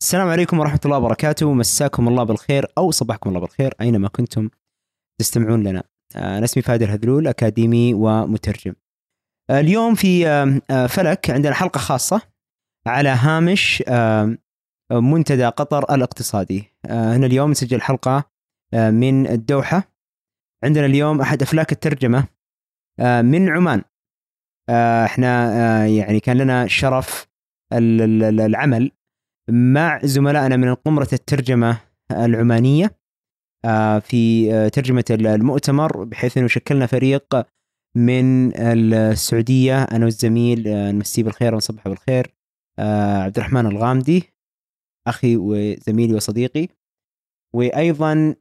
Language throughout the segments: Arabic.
السلام عليكم ورحمة الله وبركاته. مساكم الله بالخير أو صباحكم الله بالخير أينما كنتم تستمعون لنا. أنا اسمي فهد الهذلول، أكاديمي ومترجم. اليوم في فلك عندنا حلقة خاصة على هامش منتدى قطر الاقتصادي. هنا اليوم نسجل حلقة من الدوحة. عندنا اليوم أحد أفلاك الترجمة من عمان. احنا يعني كان لنا شرف العمل مع زملائنا من قمرة الترجمة العمانية في ترجمة المؤتمر، بحيث أنه شكلنا فريق من السعودية، أنا والزميل نمسيه بالخير ونصبحه بالخير عبد الرحمن الغامدي، أخي وزميلي وصديقي. وأيضا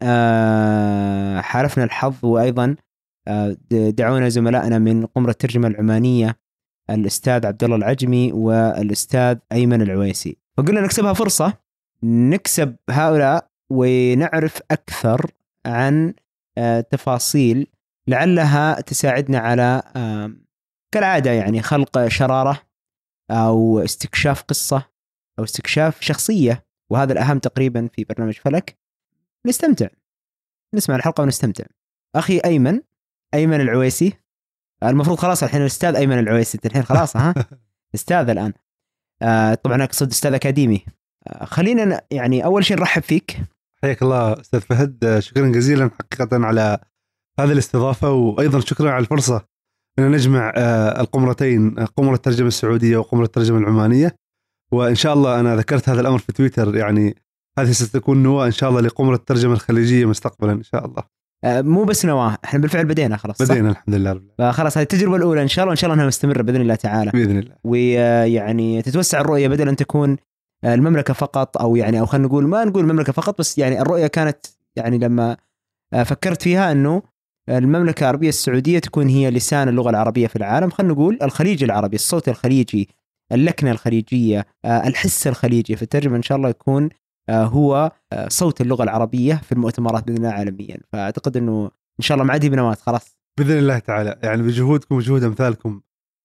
حالفنا الحظ وأيضا دعونا زملائنا من قمرة الترجمة العمانية الأستاذ عبد الله العجمي والأستاذ أيمن العويسي، فقلنا نكسبها فرصة نكسب هؤلاء ونعرف أكثر عن تفاصيل لعلها تساعدنا على كالعادة يعني خلق شرارة أو استكشاف قصة أو استكشاف شخصية، وهذا الأهم تقريبا في برنامج فلك. نستمتع، نسمع الحلقة ونستمتع. أخي أيمن العويسي، المفروض خلاص الحين الأستاذ أيمن العويسي الحين خلاص ها أستاذ الآن. طبعا أقصد أستاذ أكاديمي. خلينا يعني أول شيء نرحب فيك. حياك الله أستاذ فهد، شكرا جزيلا حقيقة على هذه الاستضافة، وأيضا شكرا على الفرصة أن نجمع القمرتين، قمرة الترجمة السعودية وقمرة الترجمة العمانية. وإن شاء الله أنا ذكرت هذا الأمر في تويتر، يعني هذه ستكون نواة إن شاء الله لقمرة الترجمة الخليجية مستقبلا إن شاء الله. مو بس نواه، احنا بالفعل بدينا خلاص. بدينا الحمد لله. فخلاص هذه التجربة الأولى إن شاء الله، وإن شاء الله أنها مستمرة بإذن الله تعالى. بإذن الله. ويعني تتوسع الرؤية بدل أن تكون المملكة فقط، أو يعني أو خلينا نقول ما نقول المملكة فقط، بس يعني الرؤية كانت يعني لما فكرت فيها أنه المملكة العربية السعودية تكون هي لسان اللغة العربية في العالم. خلينا نقول الخليج العربي، الصوت الخليجي، اللكنة الخليجية، الحس الخليجي في الترجمة إن شاء الله يكون هو صوت اللغة العربية في المؤتمرات بإذن الله عالميا. فأعتقد أنه إن شاء الله معدي بنوات خلاص بإذن الله تعالى، يعني بجهودكم وجهود أمثالكم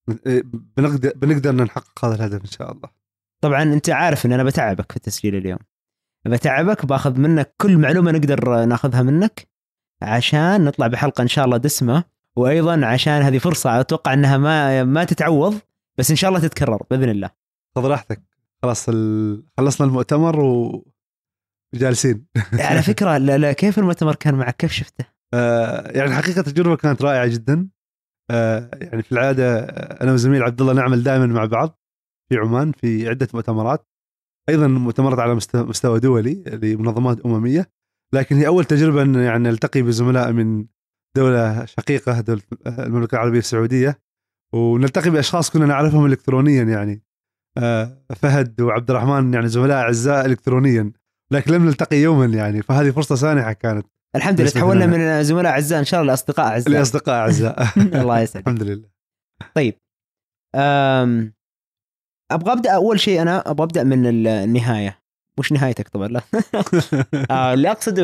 بنقدر نحقق هذا الهدف إن شاء الله. طبعا أنت عارف أن أنا بتعبك في التسجيل اليوم، بتعبك باخذ منك كل معلومة نقدر ناخذها منك عشان نطلع بحلقة إن شاء الله دسمة، وأيضا عشان هذه فرصة أتوقع أنها ما تتعوض، بس إن شاء الله تتكرر بإذن الله. خذ راحتك، خلاص خلصنا المؤتمر وجالسين. على فكرة لا كيف المؤتمر كان معك؟ كيف شفته؟ يعني حقيقة التجربة كانت رائعة جدا. يعني في العادة أنا وزميل عبد الله نعمل دائما مع بعض في عمان في عدة مؤتمرات، أيضا مؤتمرات على مستوى دولي لمنظمات أممية، لكن هي أول تجربة أن يعني نلتقي بزملاء من دولة شقيقة، دولة المملكة العربية السعودية، ونلتقي بأشخاص كنا نعرفهم إلكترونيا، يعني فهد وعبد الرحمن يعني زملاء أعزاء إلكترونيا، لكن لم نلتقي يوما يعني، فهذه فرصة سانحة كانت. الحمد لله تحولنا من زملاء أعزاء إن شاء الله لأصدقاء أعزاء. لأصدقاء أعزاء. الله يسعدك. الحمد لله. طيب أبغى أبدأ أول شيء، أنا أبغى أبدأ من النهاية، مش نهايتك طبعا لا. اللي أقصده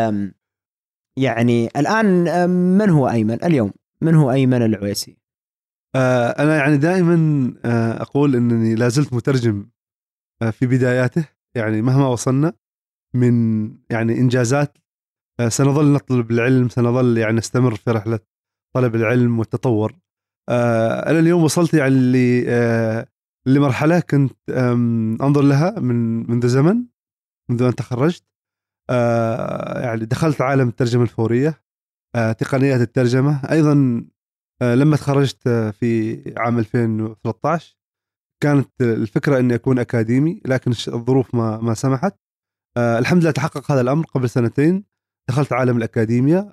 يعني الآن من هو أيمن اليوم؟ من هو أيمن العويسي؟ أنا يعني دائما أقول أنني لازلت مترجم في بداياته، يعني مهما وصلنا من يعني إنجازات سنظل نطلب العلم، سنظل يعني نستمر في رحلة طلب العلم والتطور. أنا اليوم وصلت يعني لمرحلة كنت أنظر لها منذ زمن، منذ أن تخرجت. يعني دخلت عالم الترجمة الفورية، تقنيات الترجمة. أيضا لما تخرجت في عام 2013 كانت الفكرة أني أكون أكاديمي، لكن الظروف ما سمحت. الحمد لله تحقق هذا الأمر قبل سنتين، دخلت عالم الأكاديمية.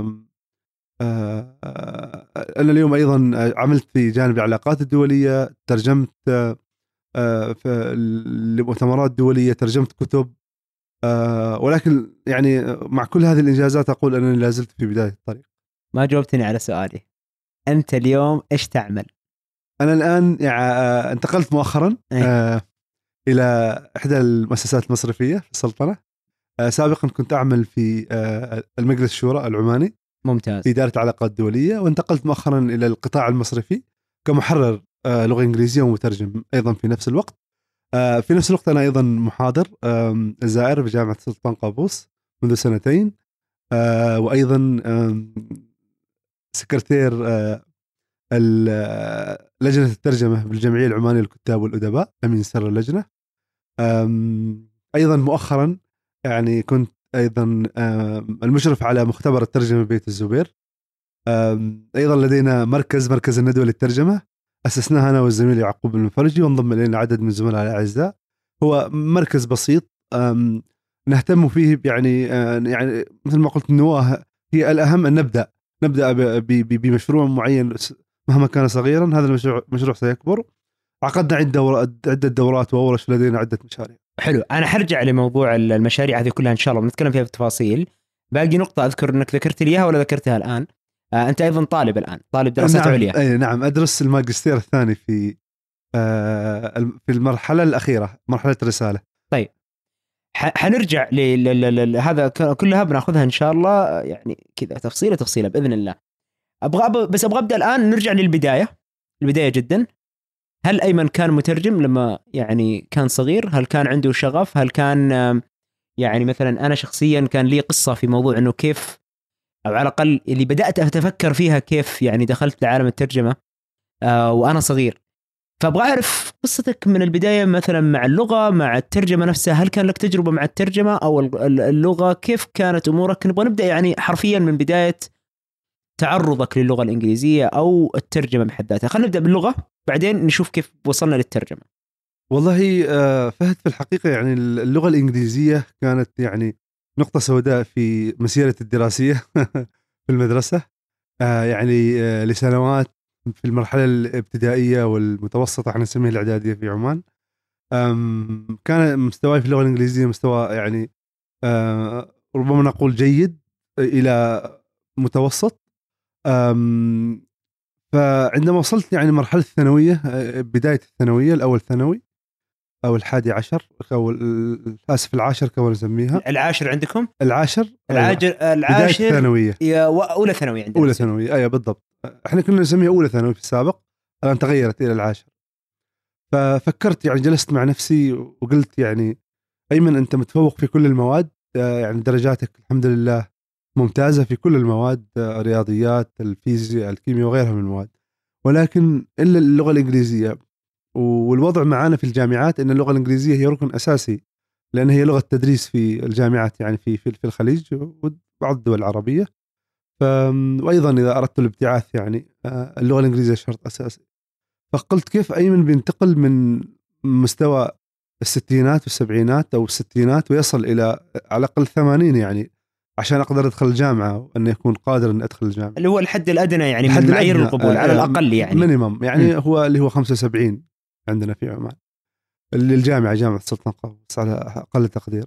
أنا اليوم أيضا عملت في جانب العلاقات الدولية، ترجمت لمؤتمرات دولية، ترجمت كتب. ولكن يعني مع كل هذه الإنجازات أقول أنني لازلت في بداية الطريق. ما جاوبتني على سؤالي، أنت اليوم إيش تعمل؟ أنا الآن يعني انتقلت مؤخرا إلى إحدى المؤسسات المصرفية في السلطنة. سابقا كنت أعمل في المجلس الشورى العماني، ممتاز، في إدارة العلاقات الدولية، وانتقلت مؤخرا إلى القطاع المصرفي كمحرر لغة إنجليزية ومترجم أيضا في نفس الوقت. في نفس الوقت أنا أيضا محاضر زائر بجامعة سلطان قابوس منذ 2 سنين، وأيضا سكرتير لجنة الترجمة بالجمعية العمانية للكتاب والأدباء، أمين سر اللجنة. أيضا مؤخرا يعني كنت أيضا المشرف على مختبر الترجمة ببيت الزبير. أيضا لدينا مركز الندوة للترجمة، أسسناها أنا والزميل يعقوب المفرجي، وانضم إلينا عدد من زملائنا الأعزاء. هو مركز بسيط نهتم فيه يعني مثل ما قلت النواة هي الأهم أن نبدأ بمشروع معين مهما كان صغيرا. هذا المشروع سيكبر. عقدنا عدة دورات وورش، لدينا عدة مشاريع. حلو. أنا حرجع لموضوع المشاريع هذه كلها إن شاء الله بنتكلم فيها بالتفاصيل. باقي نقطة أذكر أنك ذكرت لي إياها ولا ذكرتها الآن؟ أنت أيضا طالب الآن، طالب دراسات عليا. أي نعم، أدرس الماجستير الثاني في المرحلة الأخيرة، مرحلة الرسالة. طيب حنرجع هذا كلها بناخذها إن شاء الله يعني كذا تفصيلة بإذن الله. بس أبغى أبدأ الآن، نرجع للبداية جدا. هل أيمن كان مترجم لما يعني كان صغير؟ هل كان عنده شغف؟ هل كان يعني مثلا أنا شخصيا كان لي قصة في موضوع أنه كيف، أو على الأقل اللي بدأت أتفكر فيها كيف يعني دخلت لعالم الترجمة وأنا صغير. فأبغى أعرف قصتك من البداية مثلا مع اللغة، مع الترجمة نفسها. هل كان لك تجربة مع الترجمة أو اللغة؟ كيف كانت أمورك؟ نبغى نبدأ يعني حرفيا من بداية تعرضك للغة الإنجليزية أو الترجمة بحد ذاتها. خلينا نبدأ باللغة بعدين نشوف كيف وصلنا للترجمة. والله فهد، في الحقيقة يعني اللغة الإنجليزية كانت يعني نقطة سوداء في مسيرتي الدراسية في المدرسة. يعني لسنوات في المرحلة الابتدائية والمتوسطة، احنا نسميها الإعدادية في عمان. كان مستواي في اللغة الإنجليزية مستوى يعني ربما نقول جيد إلى متوسط. فعندما وصلت يعني مرحلة الثانوية، بداية الثانوية، الأول ثانوي أو 11 أو آسف 10 كما نسميها. العاشر عندكم؟ العاشر العاشر بداية الثانوية، أولى ثانوي عندنا. أولى ثانوي، أيوة بالضبط. احنا كنا نسميها أولى ثانوي في السابق، الآن تغيرت إلى العاشر. ففكرت يعني، جلست مع نفسي وقلت يعني أيمن أنت متفوق في كل المواد، يعني درجاتك الحمد لله ممتازة في كل المواد، رياضيات، الفيزياء، الكيمياء وغيرها من المواد، ولكن إلا اللغة الإنجليزية. والوضع معنا في الجامعات أن اللغة الإنجليزية هي ركن أساسي، لأن هي لغة تدريس في الجامعات يعني في الخليج وبعض الدول العربية. وأيضا إذا أردت الابتعاث يعني اللغة الإنجليزية شرط أساسي. فقلت كيف أيمن بينتقل من مستوى الستينات والسبعينات أو الستينات ويصل إلى على الأقل 80 يعني عشان أقدر أدخل الجامعة، وأن يكون قادر أن أدخل الجامعة، اللي هو الحد الأدنى يعني من معايير القبول على الأقل يعني مينيمم يعني هو اللي هو 75 عندنا في عمان، اللي الجامعة جامعة سلطان قابوس على أقل تقدير.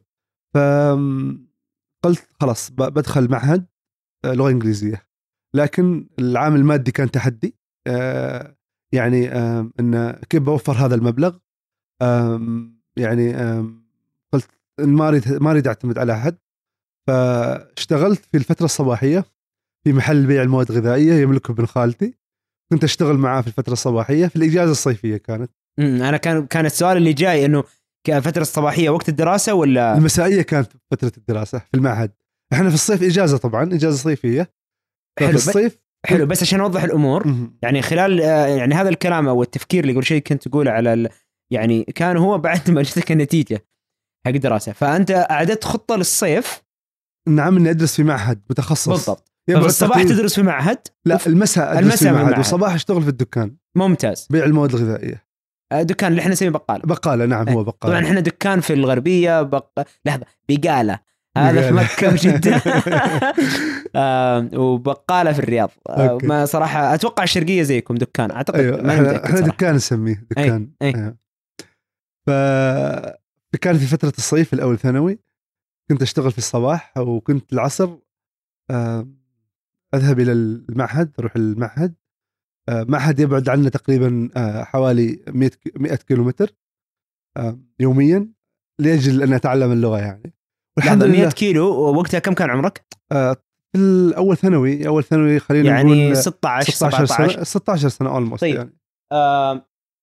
فقلت خلاص بدخل معهد لغة إنجليزية، لكن العامل المادي كان تحدي. يعني إن كيف بوفر هذا المبلغ. يعني قلت ما أريد أعتمد على أحد، فاشتغلت في الفترة الصباحية في محل بيع المواد الغذائية يملكه ابن خالتي. كنت أشتغل معاه في الفترة الصباحية في الإجازة الصيفية كانت. أنا كان السؤال اللي جاي إنه فترة الصباحية وقت الدراسة ولا المسائية؟ كانت فترة الدراسة في المعهد. إحنا في الصيف إجازة، طبعا إجازة صيفية. حلو. الصيف حلو. بس عشان أوضح الأمور يعني خلال يعني هذا الكلام أو التفكير اللي قبل شيء كنت تقوله على يعني كان هو بعد ما جتك النتيجة حق الدراسة، فأنت أعددت خطة للصيف. نعم، إني أدرس في معهد متخصص. بالضبط. فالصباح تدرس في معهد؟ لا، المساء أدرس في معهد، والصباح أشتغل في الدكان. ممتاز. بيع المواد الغذائية. دكان اللي احنا نسميه بقالة. نعم هو بقالة. طبعا احنا دكان في الغربية لحظة، بقالة هذا في مكة وجدة. وبقالة في الرياض. ما صراحة أتوقع الشرقية زيكم دكان أعتقد. أيوة. احنا دكان نسميه دكان. أيوة. فكانت في فترة الصيف الأول ثانوي كنت أشتغل في الصباح، وكنت العصر أذهب إلى المعهد، أروح المعهد. معهد يبعد عنا تقريبا حوالي 100 كيلومتر يوميا، لأجل أن أتعلم اللغة يعني. والحمد لله. 100 كيلو. وقتها كم كان عمرك؟ في الأول ثانوي خلينا يعني نقول 16 16 سنة almost. طيب. يعني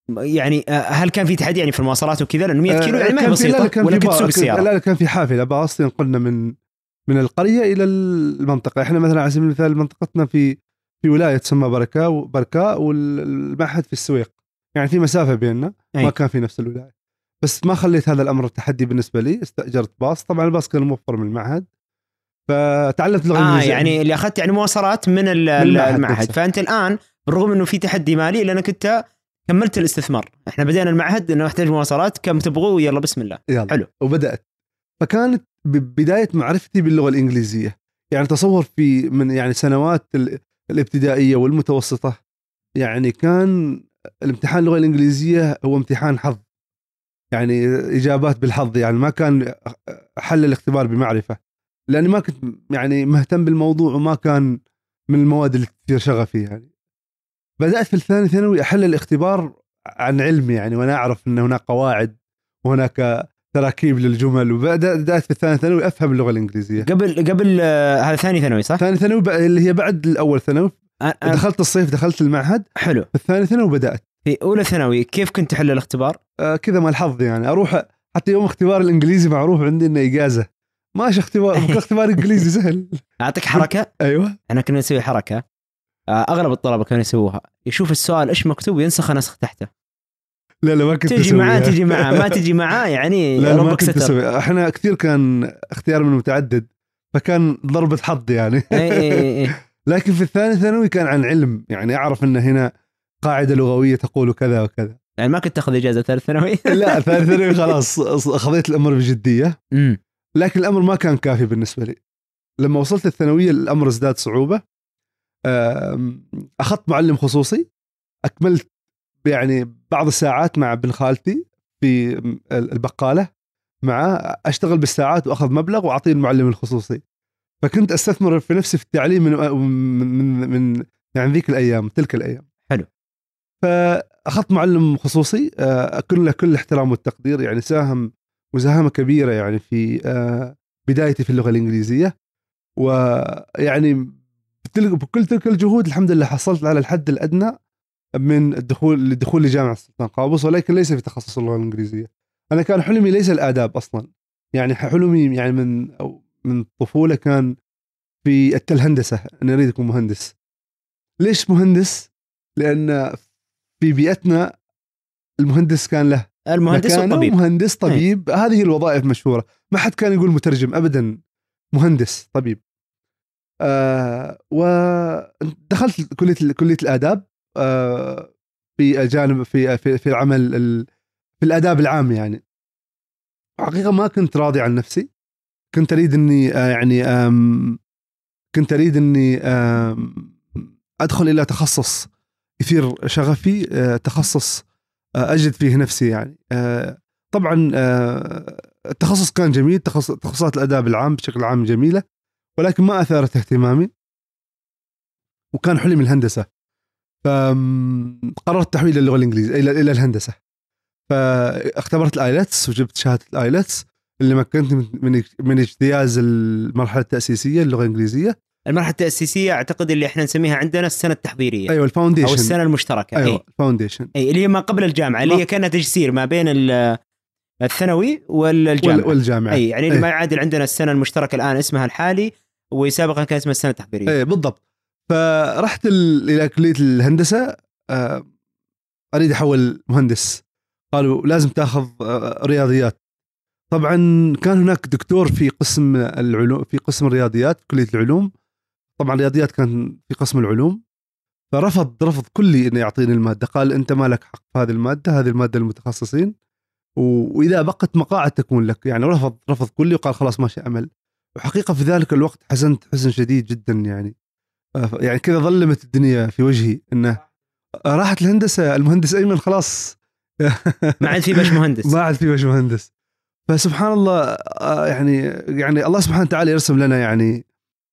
يعني هل كان في تحدي يعني في المواصلات وكذا؟ لانه 100 كيلو يعني ما هي كان في- لا، لا، بسيطه، كان ولا في كنت تسوق السياره؟ لا، كان في حافله باص ينقلنا من القريه الى المنطقه. احنا مثلا على سبيل المثال منطقتنا في ولايه تسمى بركاء والمعهد في السويق، يعني في مسافه بيننا. أي. ما كان في نفس الولايه، بس ما خليت هذا الامر تحدي بالنسبه لي. استاجرت باص، طبعا الباص كان موفر من المعهد، فتعلمت اللغه الانجليزيه يعني اللي اخذت يعني مواصلات من المعهد المعهد. نفسه. فانت الان بالرغم انه في تحدي مالي لانك انت كملت الاستثمار، احنا بدينا المعهد انه نحتاج مواصلات، كم تبغوا يلا بسم الله. يلا. حلو. وبدات. فكانت بدايه معرفتي باللغه الانجليزيه. يعني تصور في من يعني سنوات الابتدائيه والمتوسطه، يعني كان الامتحان اللغه الانجليزيه هو امتحان حظ، يعني اجابات بالحظ، يعني ما كان حل الاختبار بمعرفه، لاني ما كنت يعني مهتم بالموضوع، وما كان من المواد اللي كثير شغفي. يعني بدات في الثاني ثانوي احل الاختبار عن علم، يعني وانا اعرف ان هناك قواعد وهناك تراكيب للجمل، وبدات في الثاني ثانوي افهم اللغه الانجليزيه. قبل هذا ثاني ثانوي صح؟ ثاني ثانوي اللي هي بعد الاول ثانوي. دخلت الصيف، دخلت المعهد. حلو. في الثاني ثانوي بدات. في اولى ثانوي كيف كنت تحل الاختبار؟ كذا مع الحظ، يعني اروح حتى يوم اختبار الانجليزي معروف عندي انه اجازه، ماشي اختبار اختبار انجليزي سهل. اعطيك حركه. ايوه. احنا كنا نسوي حركه، اغلب الطلبه كانوا يسووها، يشوف السؤال ايش مكتوب ينسخ نسخ تحته. لا ما كنت تجي معاه تجي معاه، ما تجي معاه يعني لا ما ربك كنت ستر. اسوي. احنا كثير كان اختيار من متعدد، فكان ضربة حظ يعني. اي. لكن في الثاني ثانوي كان عن علم، يعني اعرف ان هنا قاعدة لغوية تقول كذا وكذا. يعني ما كنت تاخذ اجازه ثالث ثانوي؟ لا ثالث ثانوي خلاص اخذت الامر بجدية. لكن الامر ما كان كافي بالنسبة لي. لما وصلت الثانوية الامر ازداد صعوبة. اخذت معلم خصوصي، اكملت يعني بعض الساعات مع ابن خالتي في البقالة معه، اشتغل بالساعات واخذ مبلغ واعطيه المعلم الخصوصي. فكنت استثمر في نفسي في التعليم من يعني ذيك الايام، تلك الايام. حلو. فاخذت معلم خصوصي، اكن له كل الاحترام والتقدير، يعني ساهم مساهمه كبيره يعني في بدايتي في اللغه الانجليزيه. ويعني بكل تلك الجهود الحمد لله حصلت على الحد الادنى من الدخول لجامعه السلطان قابوس، ولكن ليس في تخصص اللغه الانجليزيه. انا كان حلمي ليس الاداب اصلا، يعني حلمي يعني من الطفوله كان في الهندسه، انا اريد اكون مهندس. ليش مهندس؟ لان في بيئتنا المهندس كان له المهندس والطبيب. مهندس طبيب، هذه الوظائف مشهوره، ما حد كان يقول مترجم ابدا، مهندس طبيب. ودخلت كليه الاداب في الجانب في العمل في الاداب العام. يعني حقيقه ما كنت راضي عن نفسي، كنت اريد اني كنت اريد اني ادخل الى تخصص يثير شغفي، تخصص اجد فيه نفسي. يعني طبعا التخصص كان جميل، تخصصات الاداب العام بشكل عام جميله، ولكن ما اثارت اهتمامي، وكان حلمي الهندسه. فقررت تحويل اللغه الانجليزيه الى الهندسه. فاختبرت الايلتس وجبت شهاده الايلتس اللي مكنتني من اجتياز المرحله التاسيسيه للغه الانجليزيه. المرحله التاسيسيه اعتقد اللي احنا نسميها عندنا السنه التحضيريه. ايوه الفاونديشن او السنه المشتركه. ايوه الفاونديشن، اللي هي ما قبل الجامعه، اللي هي كانت تجسير ما بين الثانوي والجامعه. اي يعني اللي ما يعادل عندنا السنه المشتركه الان اسمها الحالي، وسابقا كان اسمها السنه التحضيريه. اي بالضبط. فرحت الى كليه الهندسه، اريد احول مهندس. قالوا لازم تاخذ رياضيات. طبعا كان هناك دكتور في قسم العلوم، في قسم الرياضيات في كليه العلوم، طبعا الرياضيات كان في قسم العلوم. رفض كلي انه يعطيني الماده، قال انت ما لك حق في هذه الماده، هذه الماده للمتخصصين، واذا بقت مقاعد تكون لك. يعني رفض كلي وقال خلاص ماشي امل. وحقيقه في ذلك الوقت حزنت حزن شديد جدا، يعني كذا ظلمت الدنيا في وجهي انه راحت الهندسه، المهندس ايمن خلاص ما عاد في باش مهندس. ما عاد في باش مهندس. فسبحان الله، يعني الله سبحانه وتعالى يرسم لنا يعني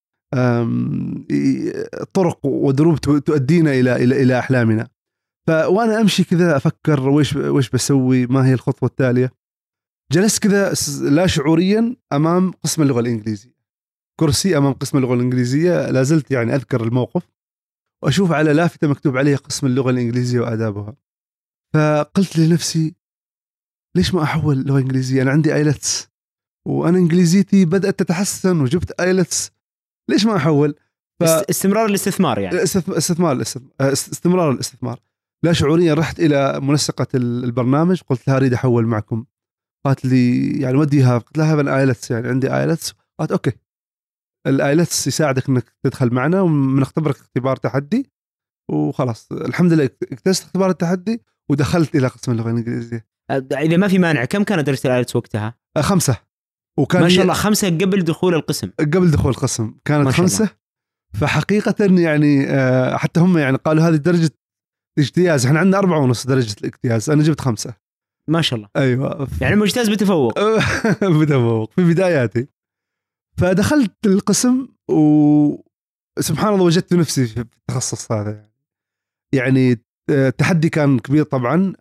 طرق ودروب تؤدينا الى احلامنا. وانا امشي كذا افكر وش بسوي، ما هي الخطوه التاليه. جلست كذا لا شعوريا امام قسم اللغه الانجليزيه، كرسي امام قسم اللغه الانجليزيه، لا زلت يعني اذكر الموقف، واشوف على لافته مكتوب عليها قسم اللغه الانجليزيه وادابها. فقلت لنفسي ليش ما أحول لغة إنجليزية؟ أنا عندي آيلتس وأنا إنجليزيتي بدأت تتحسن وجبت آيلتس، ليش ما أحول؟ استمرار الاستثمار يعني. استمرار الاستثمار. لا شعوريا رحت إلى منسقة البرنامج، قلت لها أريد أحول معكم. قالت لي يعني وديها، قلت لها أنا آيلتس، يعني عندي آيلتس. قالت أوكي، الآيلتس يساعدك أنك تدخل معنا ونختبرك اختبار تحدي، وخلاص الحمد لله اجتزت اختبار التحدي ودخلت إلى قسم اللغة الإنجليزية. إذا ما في مانع، كم كانت درجة الآيلتس وقتها؟ 5. وكان ما شاء الله 5 قبل دخول القسم. قبل دخول القسم كانت 5. فحقيقة يعني حتى هم يعني قالوا هذه درجة اجتياز، احنا عندنا 4.5 درجة الاجتياز، أنا جبت 5. ما شاء الله. أيوة يعني مجتاز بتفوق. بتفوق في بداياتي. فدخلت القسم وسبحان الله وجدت نفسي في التخصص هذا. يعني التحدي كان كبير طبعا.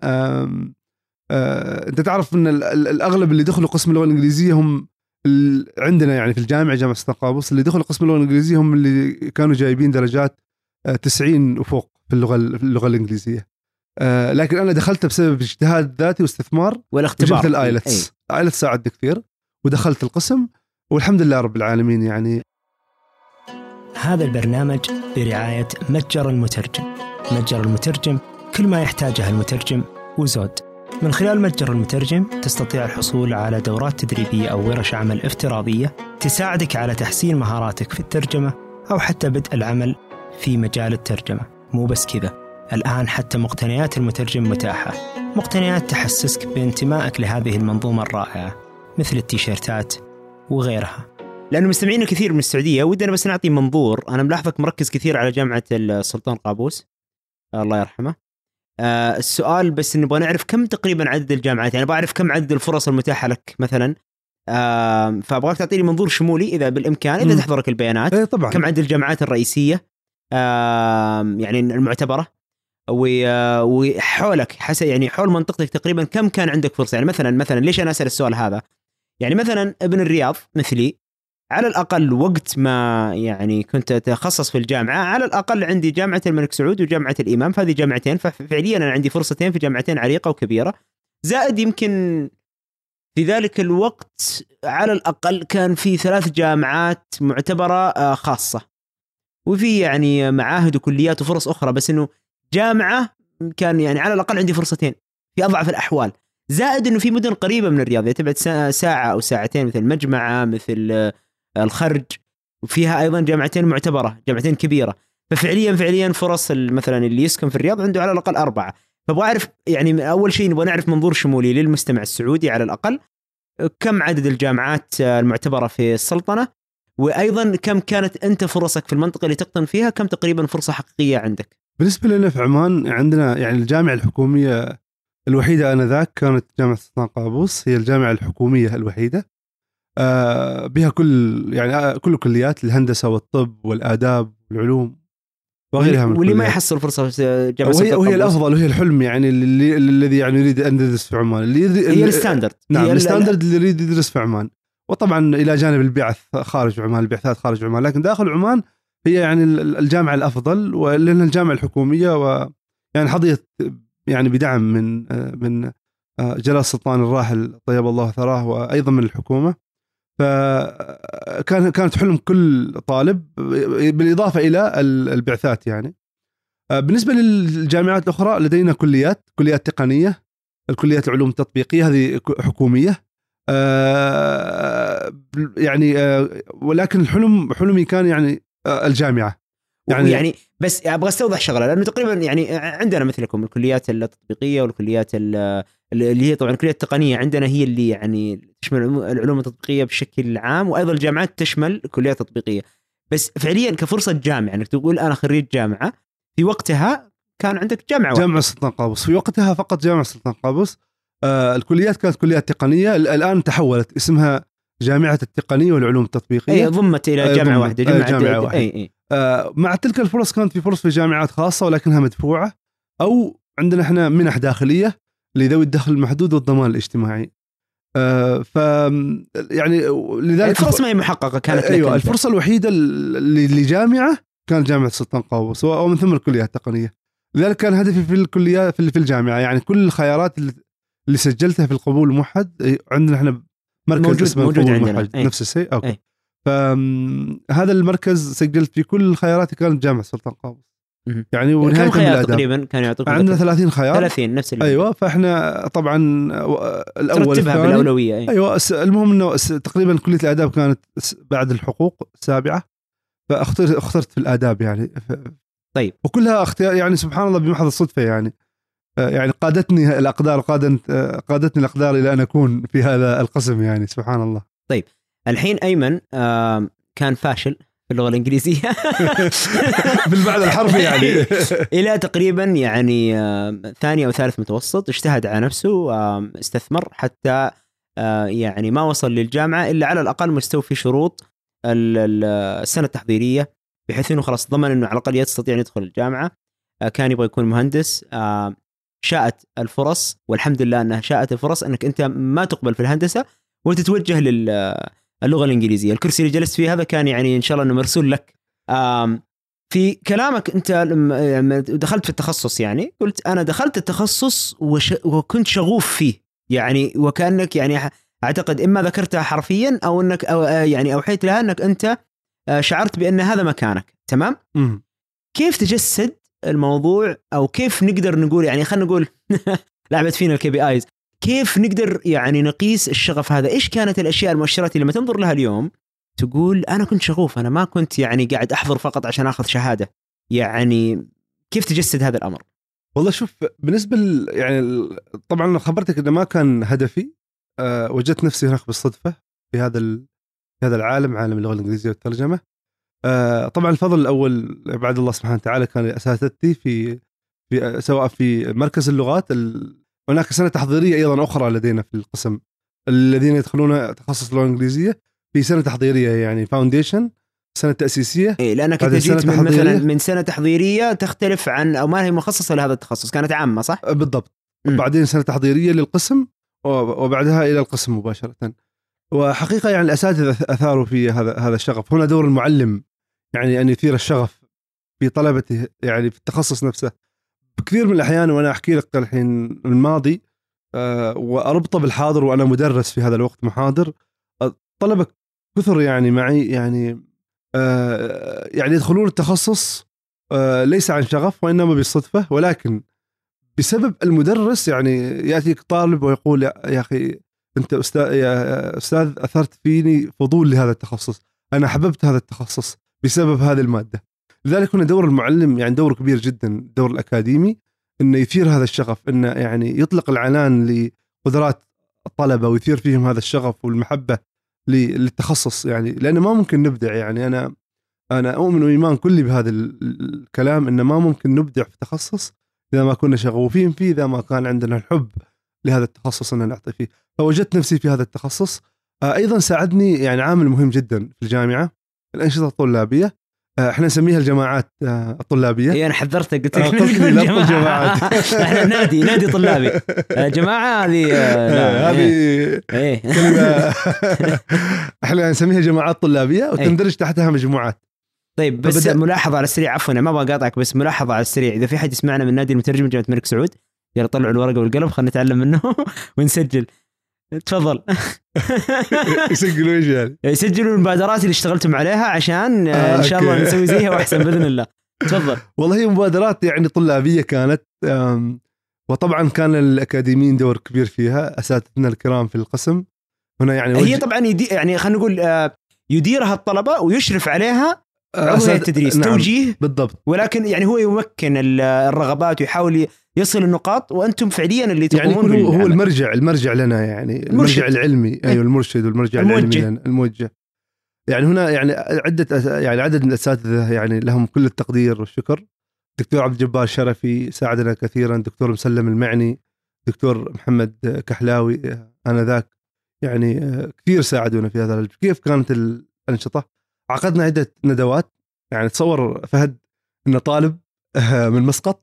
انت تعرف ان الاغلب اللي دخلوا قسم اللغه الانجليزيه هم عندنا يعني في الجامعه، جامعه سلطان قابوس، اللي دخلوا قسم اللغه الانجليزيه هم اللي كانوا جايبين درجات 90 وفوق في اللغه الانجليزيه. لكن انا دخلت بسبب اجتهاد ذاتي واستثمار والاختبار. وجبت الايلتس. الايلتس ساعدني كثير ودخلت القسم والحمد لله رب العالمين. يعني هذا البرنامج برعاية متجر المترجم. متجر المترجم كل ما يحتاجه المترجم وزود. من خلال متجر المترجم تستطيع الحصول على دورات تدريبية أو ورش عمل افتراضية تساعدك على تحسين مهاراتك في الترجمة أو حتى بدء العمل في مجال الترجمة. مو بس كذا، الآن حتى مقتنيات المترجم متاحة، مقتنيات تحسسك بانتمائك لهذه المنظومة الرائعة مثل التيشيرتات وغيرها. لأنه مستمعين كثير من السعودية، ودنا بس نعطي منظور. أنا ملاحظك مركز كثير على جامعة السلطان قابوس الله يرحمه. السؤال بس نبغى نعرف كم تقريبا عدد الجامعات، يعني بعرف كم عدد الفرص المتاحة لك مثلا. فأبغاك تعطيني منظور شمولي إذا بالإمكان، إذا تحضرك البيانات. طبعا. كم عدد الجامعات الرئيسية يعني المعتبرة، وحولك يعني حول منطقتك تقريبا كم كان عندك فرصة. يعني مثلا ليش أنا أسأل السؤال هذا؟ يعني مثلا ابن الرياض مثلي، على الأقل وقت ما يعني كنت أتخصص في الجامعة، على الأقل عندي جامعة الملك سعود وجامعة الإمام، فهذه جامعتين، ففعليا أنا عندي فرصتين في جامعتين عريقة وكبيرة. زائد يمكن في ذلك الوقت على الأقل كان في 3 جامعات معتبرة خاصة، وفي يعني معاهد وكليات وفرص أخرى، بس إنه جامعة كان يعني على الأقل عندي فرصتين في أضعف الأحوال. زائد إنه في مدن قريبة من الرياض يتبعد ساعة أو ساعتين، مثل مجمعة، مثل الخرج، وفيها أيضا جامعتين معتبرة، جامعتين كبيرة. ففعليا فرص مثلا اللي يسكن في الرياض عنده على الأقل 4. فأبغى أعرف يعني أول شيء نبغى نعرف منظور شمولي للمستمع السعودي على الأقل، كم عدد الجامعات المعتبرة في السلطنة، وأيضا كم كانت أنت فرصك في المنطقة اللي تقطن فيها، كم تقريبا فرصة حقيقية عندك؟ بالنسبة لنا في عمان عندنا يعني الجامعة الحكومية الوحيدة آنذاك كانت جامعة سلطان قابوس، هي الجامعة الحكومية الوحيدة بها كل كليات الهندسة والطب والآداب والعلوم وغيرها من واللي ما يحصل فرصة في جامعة سلطان قابوس، وهي الأفضل وهي الحلم يعني الذي يعني يريد أن يدرس في عمان، هي الستاندرد. نعم، الستاندرد اللي يريد يدرس في عمان. وطبعا إلى جانب البعث خارج عمان، البعثات خارج عمان، لكن داخل عمان هي يعني الجامعة الأفضل، ولأن الجامعة الحكومية ويعني حظيت يعني بدعم من جلال السلطان الراحل طيب الله ثراه، وأيضا من الحكومة. فكانت حلم كل طالب، بالإضافة إلى البعثات. يعني بالنسبة للجامعات الأخرى لدينا كليات تقنية، الكليات العلوم التطبيقية هذه حكومية يعني ولكن حلمي كان يعني الجامعة يعني بس أبغى استوضح شغلة، لأنه تقريبا يعني عندنا مثلكم الكليات التطبيقية والكليات اللي هي طبعا الكليات التقنية عندنا هي اللي يعني تشمل العلوم التطبيقية بشكل عام، وأيضا الجامعات تشمل الكليات التطبيقية. بس فعليا كفرصة جامعة انك تقول انا خريج جامعة، في وقتها كان عندك جامعة سلطان قابوس، في وقتها فقط جامعة سلطان قابوس. الكليات كانت كليات تقنية، الآن تحولت اسمها جامعة التقنية والعلوم التطبيقية، ضمت إلى جامعة واحدة. جامعة واحدة. مع تلك الفرص كانت في فرص في جامعات خاصة ولكنها مدفوعة، أو عندنا احنا منح داخلية لذوي الدخل المحدود والضمان الاجتماعي. ف يعني لذلك الفرص ما هي محققة كانت. أيوة، الفرصة الوحيدة لجامعة كانت جامعة سلطان قابوس ومن ثم الكليات التقنية. لذلك كان هدفي في الكلية في الجامعة يعني كل الخيارات اللي سجلتها في القبول الموحد عندنا احنا مركز اسمه القبول الموحد نفس الشيء. أوكي. فهذا المركز سجلت في كل خياراتي كانت جامعة سلطان قابوس يعني. كم خيار تقريبا كانوا يعطوكم؟ عندنا 30 خيار. 30 نفس اللي. ايوه فاحنا طبعا الاول ترتبها بالاولويه. ايوه المهم انه تقريبا كليه الاداب كانت بعد الحقوق 7 فاخترت في الاداب يعني. طيب وكلها اختيار يعني سبحان الله بمحض الصدفه يعني. يعني قادتني الاقدار قادتني الاقدار الى ان اكون في هذا القسم يعني سبحان الله. طيب الحين ايمن كان فاشل في اللغة الإنجليزية بالمعنى الحرفي يعني إلى تقريبا يعني ثاني أو ثالث متوسط. اجتهد على نفسه، استثمر حتى يعني ما وصل للجامعة إلا على الأقل مستوفي شروط السنة التحضيرية، بحيث أنه خلاص ضمن أنه على الأقل يستطيع أن يدخل الجامعة. كان يبغى يكون مهندس. شاءت الفرص، والحمد لله أنها شاءت الفرص أنك أنت ما تقبل في الهندسة وتتوجه اللغة الإنجليزية. الكرسي اللي جلست فيه هذا كان يعني إن شاء الله أنه مرسول لك. في كلامك أنت لما دخلت في التخصص يعني قلت أنا دخلت التخصص وكنت شغوف فيه يعني، وكأنك يعني أعتقد إما ذكرتها حرفيا أو أنك يعني أوحيت لها أنك أنت شعرت بأن هذا مكانك. تمام. كيف تجسد الموضوع، أو كيف نقدر نقول يعني خلينا نقول لعبت فينا الKPIs، كيف نقدر يعني نقيس الشغف هذا؟ إيش كانت الأشياء المؤشرات اللي لما تنظر لها اليوم تقول أنا كنت شغوف، أنا ما كنت يعني قاعد أحضر فقط عشان أخذ شهادة؟ يعني كيف تجسد هذا الأمر؟ والله شوف بالنسبة يعني طبعا خبرتك إنه ما كان هدفي. وجدت نفسي هناك بالصدفة في هذا العالم، عالم اللغة الإنجليزية والترجمة. طبعا الفضل الأول بعد الله سبحانه وتعالى كان أساتذتي في سواء في مركز اللغات. هناك سنة تحضيرية أيضا أخرى لدينا في القسم، الذين يدخلون تخصص اللغة الإنجليزية في سنة تحضيرية يعني فاونديشن، سنة تأسيسية. إيه لأنك أنت جيت مثلا من سنة تحضيرية تختلف عن أو ما هي مخصصة لهذا التخصص، كانت عامة صح؟ بالضبط. بعدين سنة تحضيرية للقسم وبعدها إلى القسم مباشرة. وحقيقة يعني الأساتذة أثاروا في هذا الشغف. هنا دور المعلم يعني أن يثير الشغف في طلبته يعني في التخصص نفسه. بكثير من الأحيان وأنا أحكي لك الحين الماضي وأربطه بالحاضر وأنا مدرس في هذا الوقت محاضر، طلبة كثر يعني معي يعني يعني يدخلون التخصص ليس عن شغف وإنما بالصدفة، ولكن بسبب المدرس يعني يأتيك طالب ويقول يا أخي أنت يا أستاذ أثرت فيني فضول لهذا التخصص، أنا حببت هذا التخصص بسبب هذه المادة. لذلك هنا دور المعلم يعني دور كبير جدا، دور الأكاديمي إنه يثير هذا الشغف، إنه يعني يطلق العنان لقدرات الطلبة ويثير فيهم هذا الشغف والمحبة للتخصص يعني. لأنه ما ممكن نبدع يعني أنا أؤمن إيمان كلي بهذا الكلام، إنه ما ممكن نبدع في تخصص إذا ما كنا شغوفين فيه، إذا ما كان عندنا الحب لهذا التخصص أن نعطي فيه. فوجدت نفسي في هذا التخصص. أيضا ساعدني يعني عامل مهم جدا في الجامعة، الأنشطة الطلابية. احنا نسميها الجماعات الطلابيه. اي انا حذرتك قلت لك الجماعات احنا نادي طلابي. جماعه هذه لا هذه كلمه احنا نسميها جماعات طلابيه وتندرج تحتها مجموعات. طيب بس ملاحظه على السريع، عفوا ما ابغى اقاطعك، بس ملاحظه على السريع، اذا في حد يسمعنا من نادي المترجم جامعه الملك سعود يلا طلعوا الورقه والقلم خلينا نتعلم منه ونسجل. تفضل. يسجلوا ايش يعني؟ يسجلوا المبادرات اللي اشتغلتم عليها عشان ان شاء الله نسوي زيها واحسن باذن الله. تفضل. والله هي مبادرات يعني طلابيه كانت، وطبعا كان الاكاديميين دور كبير فيها، اساتذتنا الكرام في القسم هنا يعني هي طبعا يعني خلينا نقول يديرها الطلبه ويشرف عليها عضو التدريس. نعم. توجيه بالضبط، ولكن يعني هو يمكن الرغبات ويحاول يصل النقاط، وانتم فعليا اللي تقومون يعني هو المرجع لنا يعني المرجع العلمي. ايوه المرشد والمرجع العلمي لنا الموجه. يعني هنا يعني عدد من الاساتذه يعني لهم كل التقدير والشكر. دكتور عبد الجبار شرفي ساعدنا كثيرا، دكتور مسلم المعني، دكتور محمد كحلاوي انذاك يعني كثير ساعدونا في هذا. كيف كانت الانشطه؟ عقدنا عده ندوات. يعني تصور فهد انه طالب من مسقط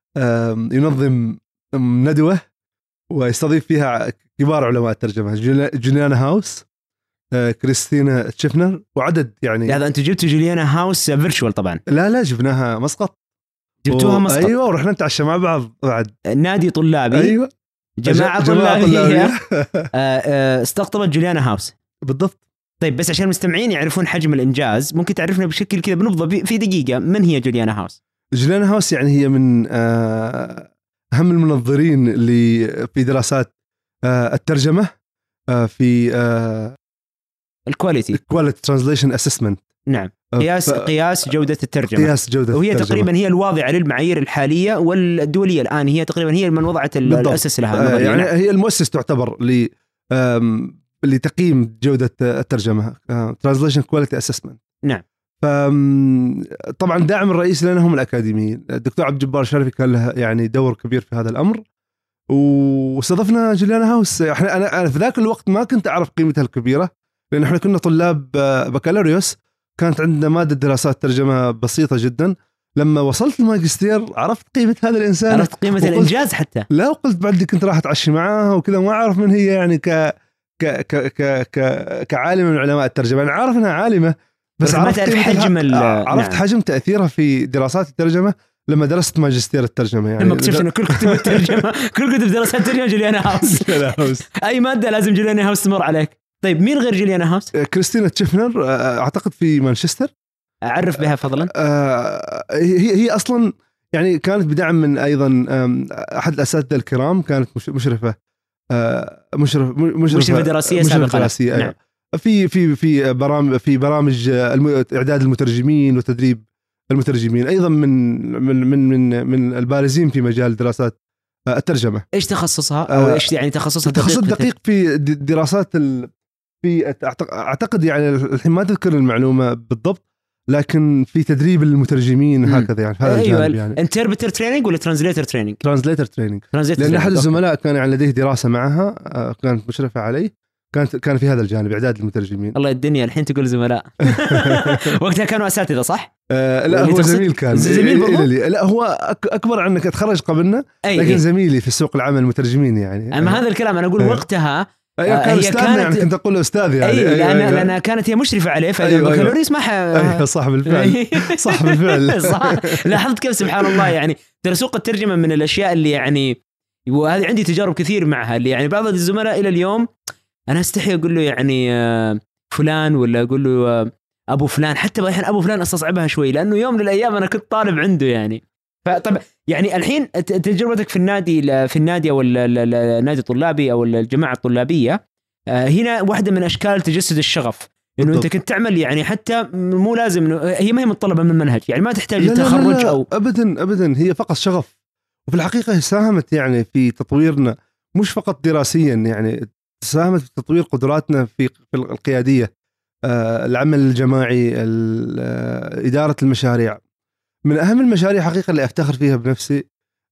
ينظم ندوة ويستضيف فيها كبار علماء الترجمة، جوليانا هاوس، كريستينا تشيفنر، وعدد يعني. هذا أنتوا جبتوا جوليانا هاوس فيرتشوال طبعا؟ لا جبناها مسقط. جبتوها مسقط. ايوه ورحنا نتعشى مع بعض بعد. نادي طلابي. ايوه جماعه طلابيه. استقطبت جوليانا هاوس. بالضبط. طيب بس عشان المستمعين يعرفون حجم الانجاز، ممكن تعرفنا بشكل كذا بنبضة في دقيقه من هي جوليانا هاوس؟ جوليانا هاوس يعني هي من اهم المنظرين اللي في دراسات الترجمه في الكواليتي ترانزليشن اسسمنت. نعم، قياس جودة الترجمة. قياس جودة وهي الترجمة. تقريبا هي الواضعة للمعايير الحالية والدولية الآن، هي تقريبا هي من وضعت الأسس لها. يعني هي المؤسس تعتبر لتقييم جودة الترجمة، Translation Quality Assessment. نعم. طبعا داعم الرئيسي لنا هم الأكاديميين. الدكتور عبد الجبار الشرفي كان له يعني دور كبير في هذا الأمر، واستضفنا جوليانا هاوس. أنا في ذاك الوقت ما كنت أعرف قيمتها الكبيرة، لأن احنا كنا طلاب بكالوريوس، كانت عندنا مادة دراسات ترجمة بسيطة جدا. لما وصلت الماجستير عرفت قيمة هذا الإنسان، عرفت قيمة الإنجاز حتى. لا وقلت بعد كنت راح أتعشى معاها وكذا، ما أعرف من هي يعني كعالمة من علماء الترجمة. أنا عارف أنها عالمة بس عرفت حجم حجم تأثيرها في دراسات الترجمة لما درست ماجستير الترجمة. يعني لما اكتشفت إنه كل كتب الترجمة كل كتب دراسات الترجمة جوليانا هاوس. أي مادة لازم جوليانا هاوس تمر عليك. طيب مين غير جوليانا هاوس؟ كريستينا تشيفنر أعتقد في مانشستر. أعرف بها فضلا. هي أصلا يعني كانت بدعم من أيضا أحد الأساتذة الكرام، كانت مشرفة دراسية سابقة. نعم. في برامج إعداد المترجمين وتدريب المترجمين، أيضا من البارزين في مجال دراسات الترجمة. إيش تخصصها أو إيش يعني تخصصها؟ تخصص دقيق في دراسات في أعتقد يعني الحين ما تذكر المعلومة بالضبط، لكن في تدريب المترجمين هكذا يعني. هذا الجانب يعني انتربريتر تريننج ولا ترانزليتر تريننج؟ ترانزليتر تريننج، لأن أحد الزملاء كان يعني لديه دراسة معها، كانت مشرفة عليه، كان في هذا الجانب إعداد المترجمين. الله الدنيا الحين تقول زملاء. وقتها كانوا أساتذة صح؟ لا هو زميل كان. زميل برضو؟ لا هو أكبر عنك، تخرج قبلنا لكن زميلي في سوق العمل المترجمين يعني. أما هذا الكلام أنا أقول وقتها هي كانت يعني كنت أقول أستاذ يعني. لأن كانت هي مشرفة عليه، فإذا البكالوريوس ما صح بالفعل. صح بالفعل. صح. لاحظت كيف سبحان الله يعني ترى سوق الترجمة من الأشياء اللي يعني، وهذه عندي تجارب كثير معها، اللي يعني بعض الزملاء إلى اليوم أنا استحي أقول له يعني فلان، ولا أقول له أبو فلان، حتى الحين أبو فلان أستصعبها شوي، لأنه يوم من الأيام أنا كنت طالب عنده يعني. فطب يعني الحين تجربتك في النادي أو النادي الطلابي أو الجماعة الطلابية، هنا واحدة من أشكال تجسد الشغف، إنه أنت كنت تعمل يعني حتى مو لازم إنه هي ما هي مطلبة من المنهج، يعني ما تحتاج تخرج أو أبدا هي فقط شغف. وفي الحقيقة ساهمت يعني في تطويرنا مش فقط دراسيا، يعني ساهمت في تطوير قدراتنا في القيادية، العمل الجماعي، إدارة المشاريع. من أهم المشاريع حقيقة اللي أفتخر فيها بنفسي،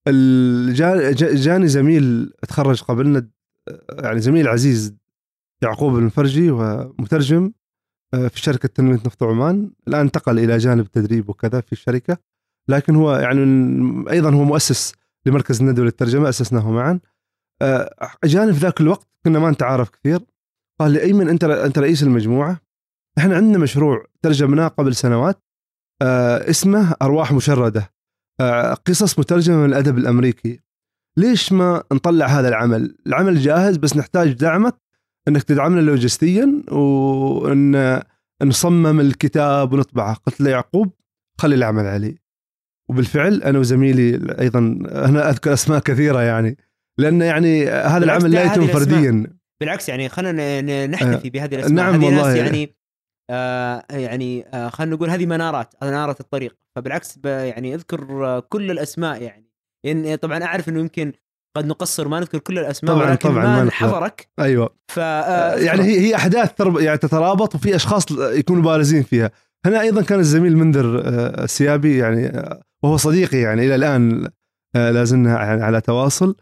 جاني زميل تخرج قبلنا، يعني زميل عزيز يعقوب المفرجي، ومترجم في شركة تنمية نفط عمان، الآن انتقل إلى جانب التدريب وكذا في الشركة، لكن هو يعني أيضا هو مؤسس لمركز الندوة للترجمة، أسسناه معا. جاني في ذاك الوقت كنا ما نتعارف كثير، قال لي أيمن أنت رئيس المجموعة، إحنا عندنا مشروع ترجمناه قبل سنوات اسمه أرواح مشردة، قصص مترجمة من الأدب الأمريكي، ليش ما نطلع هذا العمل جاهز، بس نحتاج دعمك أنك تدعمنا لوجستيا وأن نصمم الكتاب ونطبعه. قلت له يعقوب خلي العمل عليه. وبالفعل أنا وزميلي أيضا، أنا أذكر أسماء كثيرة يعني، لأن يعني هذا العمل لا يتم فرديا، بالعكس يعني خلينا نحتفي بهذه الأسماء. نعم والله يعني خلينا نقول هذه منارات الطريق. فبالعكس يعني اذكر كل الأسماء يعني طبعا أعرف إنه يمكن قد نقصر ما نذكر كل الأسماء، ولكن ما حضرك. أيوة. يعني هي أحداث يعني تترابط، وفي أشخاص يكونوا بارزين فيها. هنا أيضا كان الزميل منذر السيابي يعني، وهو صديقي يعني إلى الآن، لازلنا يعني على تواصل.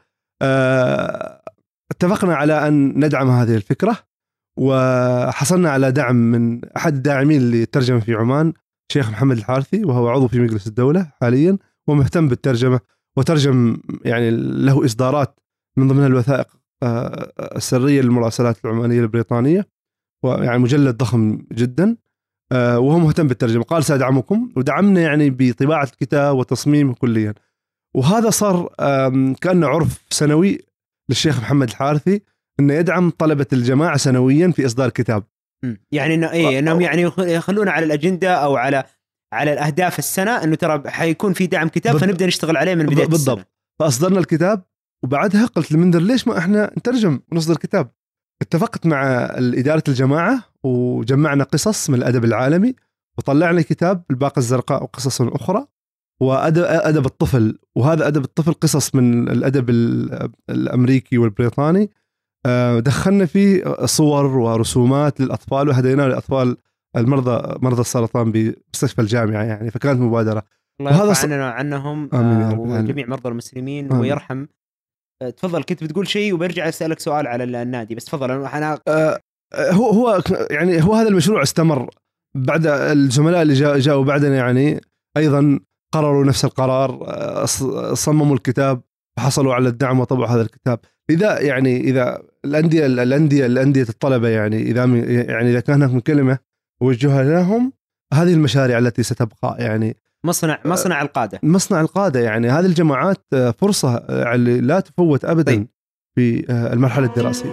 اتفقنا على أن ندعم هذه الفكرة، وحصلنا على دعم من أحد الداعمين للترجمة في عمان، شيخ محمد الحارثي، وهو عضو في مجلس الدولة حاليا ومهتم بالترجمة، وترجم يعني له إصدارات من ضمنها الوثائق السرية للمراسلات العمانية البريطانية، ويعني مجلد ضخم جدا. وهو مهتم بالترجمة، قال سأدعمكم، ودعمنا يعني بطباعة الكتاب وتصميمه كليا. وهذا صار كأنه عرف سنوي للشيخ محمد الحارثي انه يدعم طلبة الجماعة سنويا في اصدار كتاب. يعني انه انهم يعني يخلونا على الاجندة او على الاهداف السنة، انه ترى حيكون في دعم كتاب فنبدا نشتغل عليه من بداية بالضبط السنة. فاصدرنا الكتاب، وبعدها قلت لمنذر ليش ما احنا نترجم ونصدر كتاب. اتفقت مع إدارة الجماعة وجمعنا قصص من الأدب العالمي وطلعنا كتاب الباقة الزرقاء وقصص أخرى، وأدب الطفل، وهذا أدب الطفل قصص من الأدب الأمريكي والبريطاني. دخلنا فيه صور ورسومات للأطفال، وهديناه للأطفال مرضى السرطان بمستشفى الجامعة يعني، فكانت مبادرة. الله يرفع عنهم وجميع مرضى المسلمين ويرحم. تفضل، كنت بتقول شيء وبرجع أسألك سؤال على النادي، بس تفضل. أنا هو يعني هو هذا المشروع استمر بعد الزملاء اللي جاءوا بعدنا، يعني أيضا قرروا نفس القرار، صمموا الكتاب وحصلوا على الدعم وطبعوا هذا الكتاب. إذا يعني إذا الأندية الطلبة يعني إذا كان هناك من كلمة وجهها لهم، هذه المشاريع التي ستبقى يعني مصنع القادة يعني هذه الجماعات فرصة يعني لا تفوت أبدا. طيب. في المرحلة الدراسية.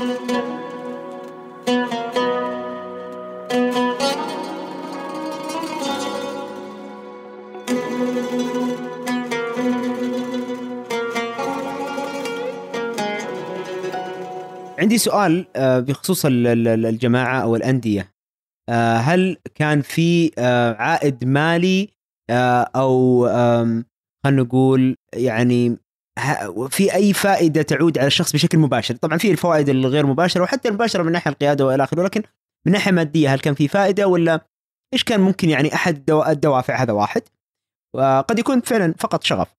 عندي سؤال بخصوص الجماعة أو الأندية. هل كان في عائد مالي أو خلينا نقول يعني في أي فائدة تعود على الشخص بشكل مباشر؟ طبعا في الفوائد الغير مباشرة وحتى المباشرة من ناحية القيادة وإلى آخره، ولكن من ناحية مادية هل كان في فائدة، ولا إيش كان ممكن يعني أحد الدوافع؟ هذا واحد، وقد يكون فعلا فقط شغف.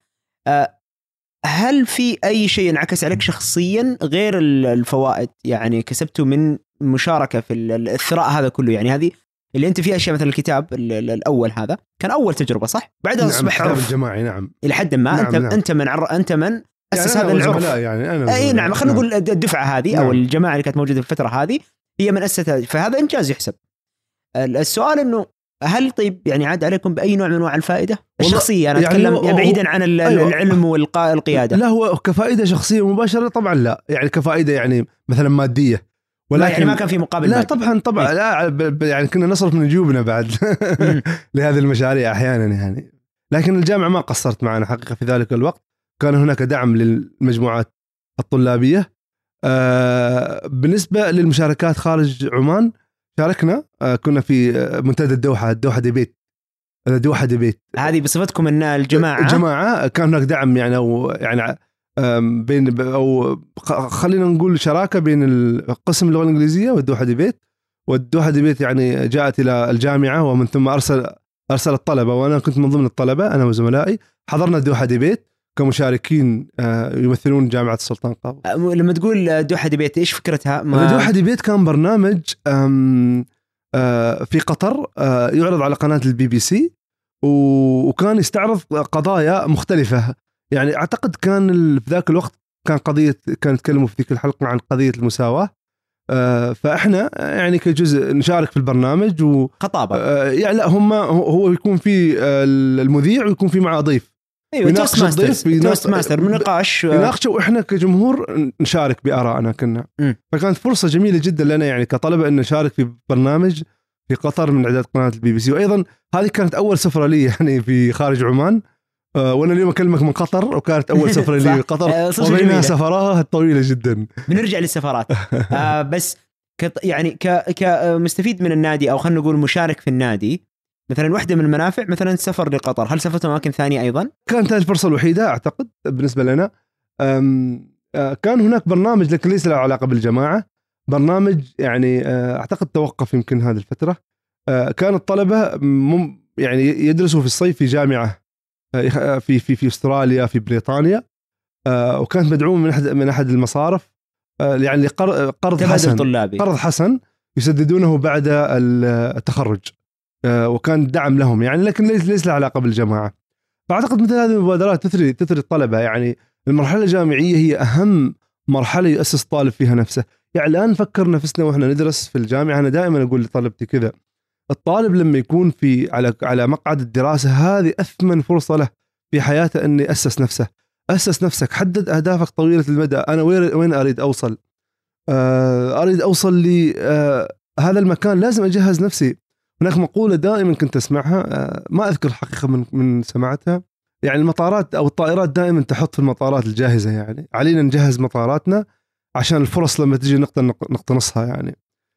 هل في أي شيء انعكس عليك شخصيا غير الفوائد يعني كسبته من مشاركة في الثراء هذا كله؟ يعني هذه اللي أنت فيها أشياء، مثل الكتاب الأول هذا كان أول تجربة صح؟ بعدها نعم أصبح عرف الجماعي. نعم إلى حد ما. نعم. أنت من أسس يعني هذا العرف يعني أنا أي نعم، خلينا نقول الدفعة هذه نعم. أو الجماعة اللي كانت موجودة في الفترة هذه هي من أسستها، فهذا إنجاز يحسب. السؤال إنه هل طيب يعني عاد عليكم بأي نوع من أنواع الفائدة الشخصية؟ أنا أتكلم يعني بعيدا عن العلم والقيادة. لا هو كفائدة شخصية مباشرة طبعا لا، يعني كفائدة يعني مثلا مادية، ولكن يعني ما كان في مقابل لا مادي. طبعا لا يعني كنا نصرف من جيوبنا بعد لهذه المشاريع أحيانا يعني. لكن الجامعة ما قصرت معنا حقيقة في ذلك الوقت، كان هناك دعم للمجموعات الطلابية. بالنسبة للمشاركات خارج عمان شاركنا، كنا في منتدى الدوحة ديبيت. هذه بصفتكم ان الجماعة كان هناك دعم يعني، او يعني بين او خلينا نقول شراكة بين القسم اللغة الإنجليزية والدوحة ديبيت. والدوحة ديبيت يعني جاءت إلى الجامعة ومن ثم أرسل الطلبة، وأنا كنت من ضمن الطلبة أنا وزملائي، حضرنا الدوحة ديبيت كمشاركين يمثلون جامعة السلطان قابوس. لما تقول دوحة ديبيت إيش فكرتها؟ دوحة ديبيت كان برنامج في قطر يعرض على قناة BBC، وكان يستعرض قضايا مختلفة. يعني أعتقد كان في ذاك الوقت كان يتكلموا في ذيك الحلقة عن قضية المساواة. فإحنا يعني كجزء نشارك في البرنامج خطابة يعني لا هو يكون في المذيع ويكون في معه ضيف. أيوة توست ماستر مناقش يناقشوا، وإحنا كجمهور نشارك بآرائنا كنا. فكانت فرصة جميلة جدا لنا يعني كطلبة أن نشارك في برنامج في قطر من إعداد قناة BBC. وأيضا هذه كانت أول سفرة لي يعني في خارج عمان، وأنا اليوم أكلمك من قطر، وكانت أول سفرة لي في قطر وبينها سفرات طويلة جدا. بنرجع للسفرات بس يعني كمستفيد من النادي أو خلينا نقول مشارك في النادي، مثلا واحدة من المنافع مثلا السفر لقطر، هل سافرت أماكن ثانية أيضا؟ كانت هذه الفرصة الوحيدة أعتقد بالنسبة لنا. كان هناك برنامج لكن ليس له علاقة بالجماعة، برنامج يعني أعتقد توقف يمكن هذه الفترة. كان الطلبة يعني يدرسوا في الصيف في جامعة في أستراليا في بريطانيا، وكانت مدعومة من أحد المصارف يعني قرض حسن طلابي، قرض حسن يسددونه بعد التخرج، وكان دعم لهم يعني، لكن ليس له علاقة بالجماعة. فأعتقد مثل هذه المبادرات تثري الطلبة. يعني المرحلة الجامعية هي أهم مرحلة يؤسس طالب فيها نفسه. يعني الآن نفكر نفسنا وإحنا ندرس في الجامعة، أنا دائما أقول لطلبتي كذا، الطالب لما يكون في على مقعد الدراسة، هذه أثمن فرصة له في حياته أن يأسس نفسه. أسس نفسك، حدد أهدافك طويلة المدى. أنا وين أريد أوصل؟ أريد أوصل هذا المكان، لازم أجهز نفسي. هناك مقولة دائما كنت أسمعها، ما أذكر حقيقة من سمعتها، يعني المطارات أو الطائرات دائما تحط في المطارات الجاهزة، يعني علينا نجهز مطاراتنا عشان الفرص لما تجي نقتنصها يعني.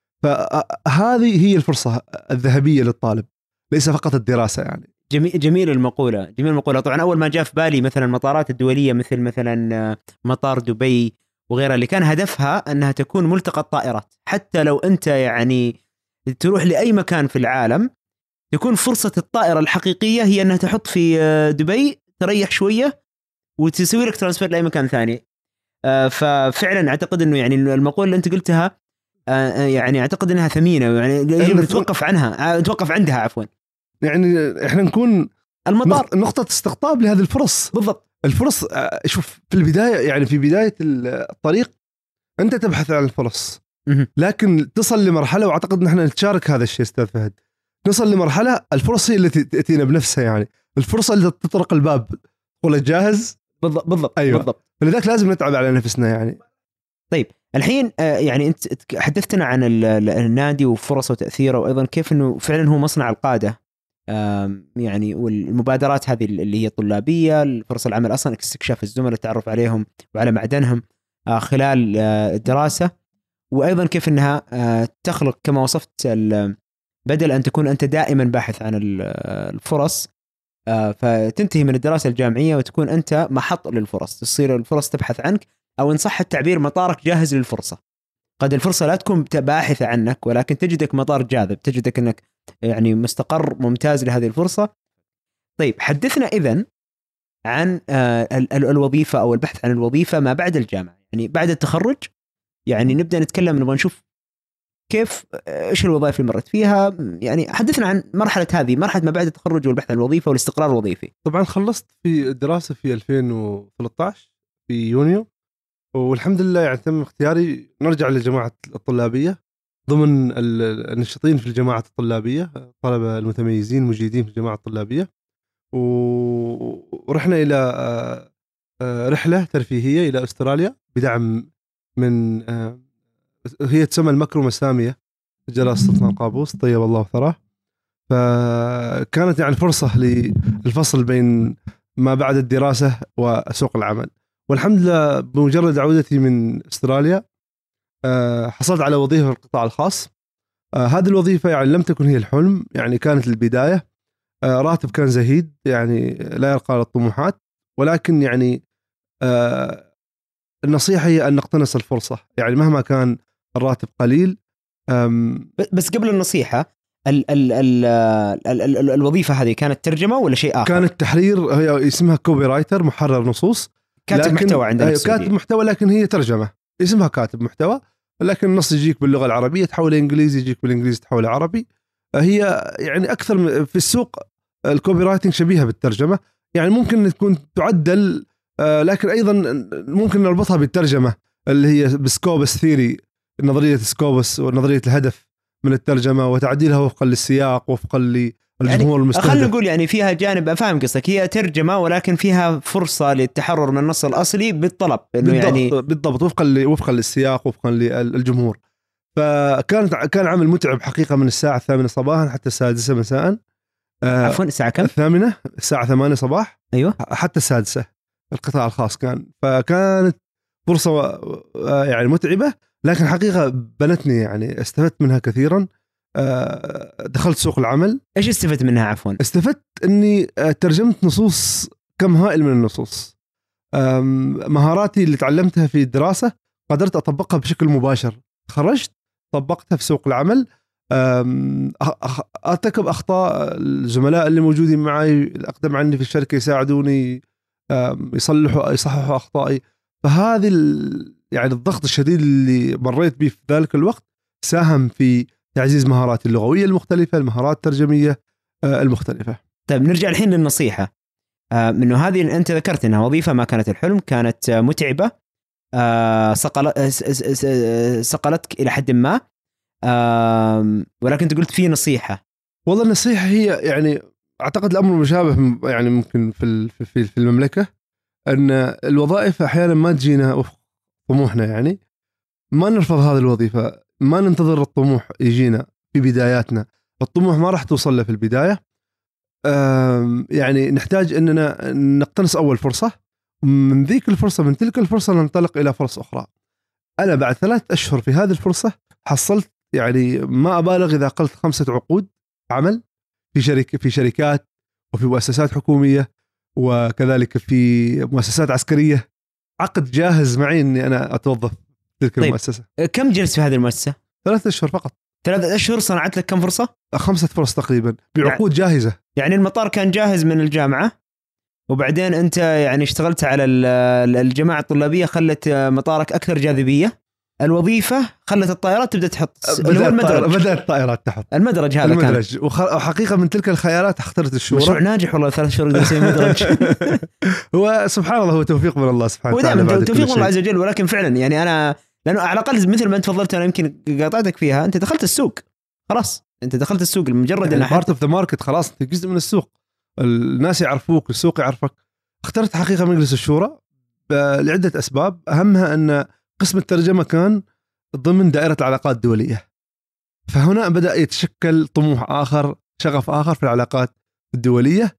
فهذه هي الفرصة الذهبية للطالب، ليس فقط الدراسة يعني. جميل المقولة. طبعا أول ما جاء في بالي مثلا المطارات الدولية، مثلا مطار دبي وغيرها، اللي كان هدفها أنها تكون ملتقى الطائرات. حتى لو أنت يعني تروح لأي مكان في العالم، تكون فرصة الطائرة الحقيقية هي أنها تحط في دبي، تريح شوية وتسوي لك ترانسفير لأي مكان ثاني. ففعلا أعتقد أنه يعني المقولة اللي أنت قلتها يعني أعتقد أنها ثمينة، يعني نتوقف عندها عفوا. يعني إحنا نكون المطار نقطة استقطاب لهذه الفرص. بالضبط. الفرص، شوف في البداية، يعني في بداية الطريق أنت تبحث عن الفرص، لكن تصل لمرحلة، وأعتقد نحن نتشارك هذا الشيء أستاذ فهد، نصل لمرحلة الفرص هي التي تأتينا بنفسها، يعني الفرصة اللي تطرق الباب ولا جاهز. بالضبط. أيوة. بالضبط. فلذلك لازم نتعب على نفسنا يعني. طيب الحين يعني أنت حدثتنا عن النادي وفرصه وتأثيره، وأيضا كيف أنه فعلا هو مصنع القادة يعني، والمبادرات هذه اللي هي طلابية، فرص العمل أصلا، استكشاف الزملاء، التعرف عليهم وعلى معدنهم خلال الدراسة، وأيضا كيف أنها تخلق كما وصفت، بدل أن تكون أنت دائما باحث عن الفرص، فتنتهي من الدراسة الجامعية وتكون أنت محط للفرص، تصير الفرص تبحث عنك، أو إن صح التعبير مطارك جاهز للفرصة. قد الفرصة لا تكون باحثة عنك، ولكن تجدك مطار جاذب، تجدك أنك يعني مستقر ممتاز لهذه الفرصة. طيب حدثنا إذن عن الوظيفة أو البحث عن الوظيفة ما بعد الجامعة، يعني بعد التخرج. يعني نبدأ نتكلم، نبغى نشوف كيف إيش الوظائف اللي مرت فيها. يعني حدثنا عن مرحلة ما بعد التخرج والبحث عن الوظيفة والاستقرار الوظيفي. طبعا خلصت في الدراسة في 2013 في يونيو، والحمد لله يعني تم اختياري نرجع للجماعة الطلابية ضمن النشطين في الجماعة الطلابية، طلبة المتميزين المجيدين في الجماعة الطلابية. ورحنا إلى رحلة ترفيهية إلى أستراليا بدعم من هي تسمى المكرمة السامية جلال السلطان قابوس طيب الله ثراه. فكانت يعني فرصة للفصل بين ما بعد الدراسة وسوق العمل. والحمد لله بمجرد عودتي من أستراليا حصلت على وظيفة في القطاع الخاص. هذه الوظيفة يعني لم تكن هي الحلم، يعني كانت البداية. راتب كان زهيد يعني لا يرقى للطموحات، ولكن يعني النصيحة هي أن نقتنص الفرصة، يعني مهما كان الراتب قليل. بس قبل النصيحة، الوظيفة هذه كانت ترجمة ولا شيء آخر؟ كانت تحرير، هي اسمها كوبي رايتر، محرر نصوص، كاتب محتوى عندنا. كاتب محتوى، لكن هي ترجمة، اسمها كاتب محتوى، لكن النص يجيك باللغة العربية تحول إنجليزي، يجيك بالإنجليزي تحول عربي. هي يعني أكثر في السوق الكوبي رايتنج شبيهة بالترجمة، يعني ممكن تكون تعدل، لكن أيضا ممكن نربطها بالترجمة اللي هي بسكوبس ثيري، نظرية سكوبس ونظرية الهدف من الترجمة وتعديلها وفقا للسياق، وفقا للجمهور يعني المستهدف. خلينا نقول يعني فيها جانب، أفهم قصدك، هي ترجمة ولكن فيها فرصة للتحرر من النص الأصلي بالطلب، إنه يعني بالضبط وفقا للسياق، وفقا للجمهور. كان عمل متعب حقيقة، من الساعة 8 صباحا حتى الساعة 6 مساء. عفوا الساعة كم؟ 8 الساعة 8 صباح أيوة حتى 6 القطاع الخاص كان. فكانت فرصة يعني متعبة، لكن حقيقة بنتني، يعني استفدت منها كثيرا. دخلت سوق العمل. إيش استفدت منها عفوا؟ استفدت أني ترجمت نصوص كم هائل من النصوص. مهاراتي اللي تعلمتها في الدراسة قدرت أطبقها بشكل مباشر، خرجت طبقتها في سوق العمل. أرتكب أخطاء الزملاء اللي موجودين معي الأقدم عني في الشركة يساعدوني يصححوا أخطائي. فهذه يعني الضغط الشديد اللي مريت به في ذلك الوقت ساهم في تعزيز مهاراتي اللغوية المختلفة، المهارات الترجمية المختلفة. طيب نرجع الحين للنصيحة. منه هذه أنت ذكرت أنها وظيفة ما كانت الحلم، كانت متعبة، صقلتك إلى حد ما، ولكن أنت قلت في نصيحة. والله النصيحة هي يعني أعتقد الأمر مشابه يعني ممكن في المملكة، أن الوظائف أحيانا ما تجينا وفق طموحنا، يعني ما نرفض هذه الوظيفة، ما ننتظر الطموح يجينا في بداياتنا، الطموح ما راح توصل له في البداية. يعني نحتاج أننا نقتنص أول فرصة، من ذيك الفرصة من تلك الفرصة ننطلق إلى فرص أخرى. أنا بعد 3 أشهر في هذه الفرصة حصلت، يعني ما أبالغ إذا قلت 5 عقود عمل في شركات وفي مؤسسات حكومية وكذلك في مؤسسات عسكرية، عقد جاهز معي أني أنا أتوظف تلك طيب. المؤسسة. كم جلست في هذه المؤسسة؟ 3 أشهر فقط. 3 أشهر صنعت لك كم فرصة؟ 5 فرص تقريبا بعقود جاهزة. يعني المطار كان جاهز من الجامعة، وبعدين أنت يعني اشتغلت على الجماعة الطلابية، خلت مطارك أكثر جاذبية. الوظيفة خلت الطائرات تبدأ تحط بدأت الطائرات تحط المدرج. هذا المدرج كان. وحقيقة من تلك الخيارات اخترت الشورى. مشروع ناجح والله، 3 شهور يصير مدرج. هو سبحان الله، هو توفيق من الله سبحانه وتعالى. ودائما توفيق من الله عز وجل. ولكن فعلا يعني أنا، لأنه على الأقل مثل ما أنت تفضلت، أنا يمكن قاطعتك فيها، أنت دخلت السوق خلاص، أنت دخلت السوق مجرد يعني بارت اوف ذا ماركت، خلاص أنت جزء من السوق، الناس يعرفوك، السوق يعرفك. اخترت حقيقة مجلس الشورى لعدة أسباب، أهمها أن قسم الترجمة كان ضمن دائرة العلاقات الدولية، فهنا بدأ يتشكل طموح آخر، شغف آخر في العلاقات الدولية.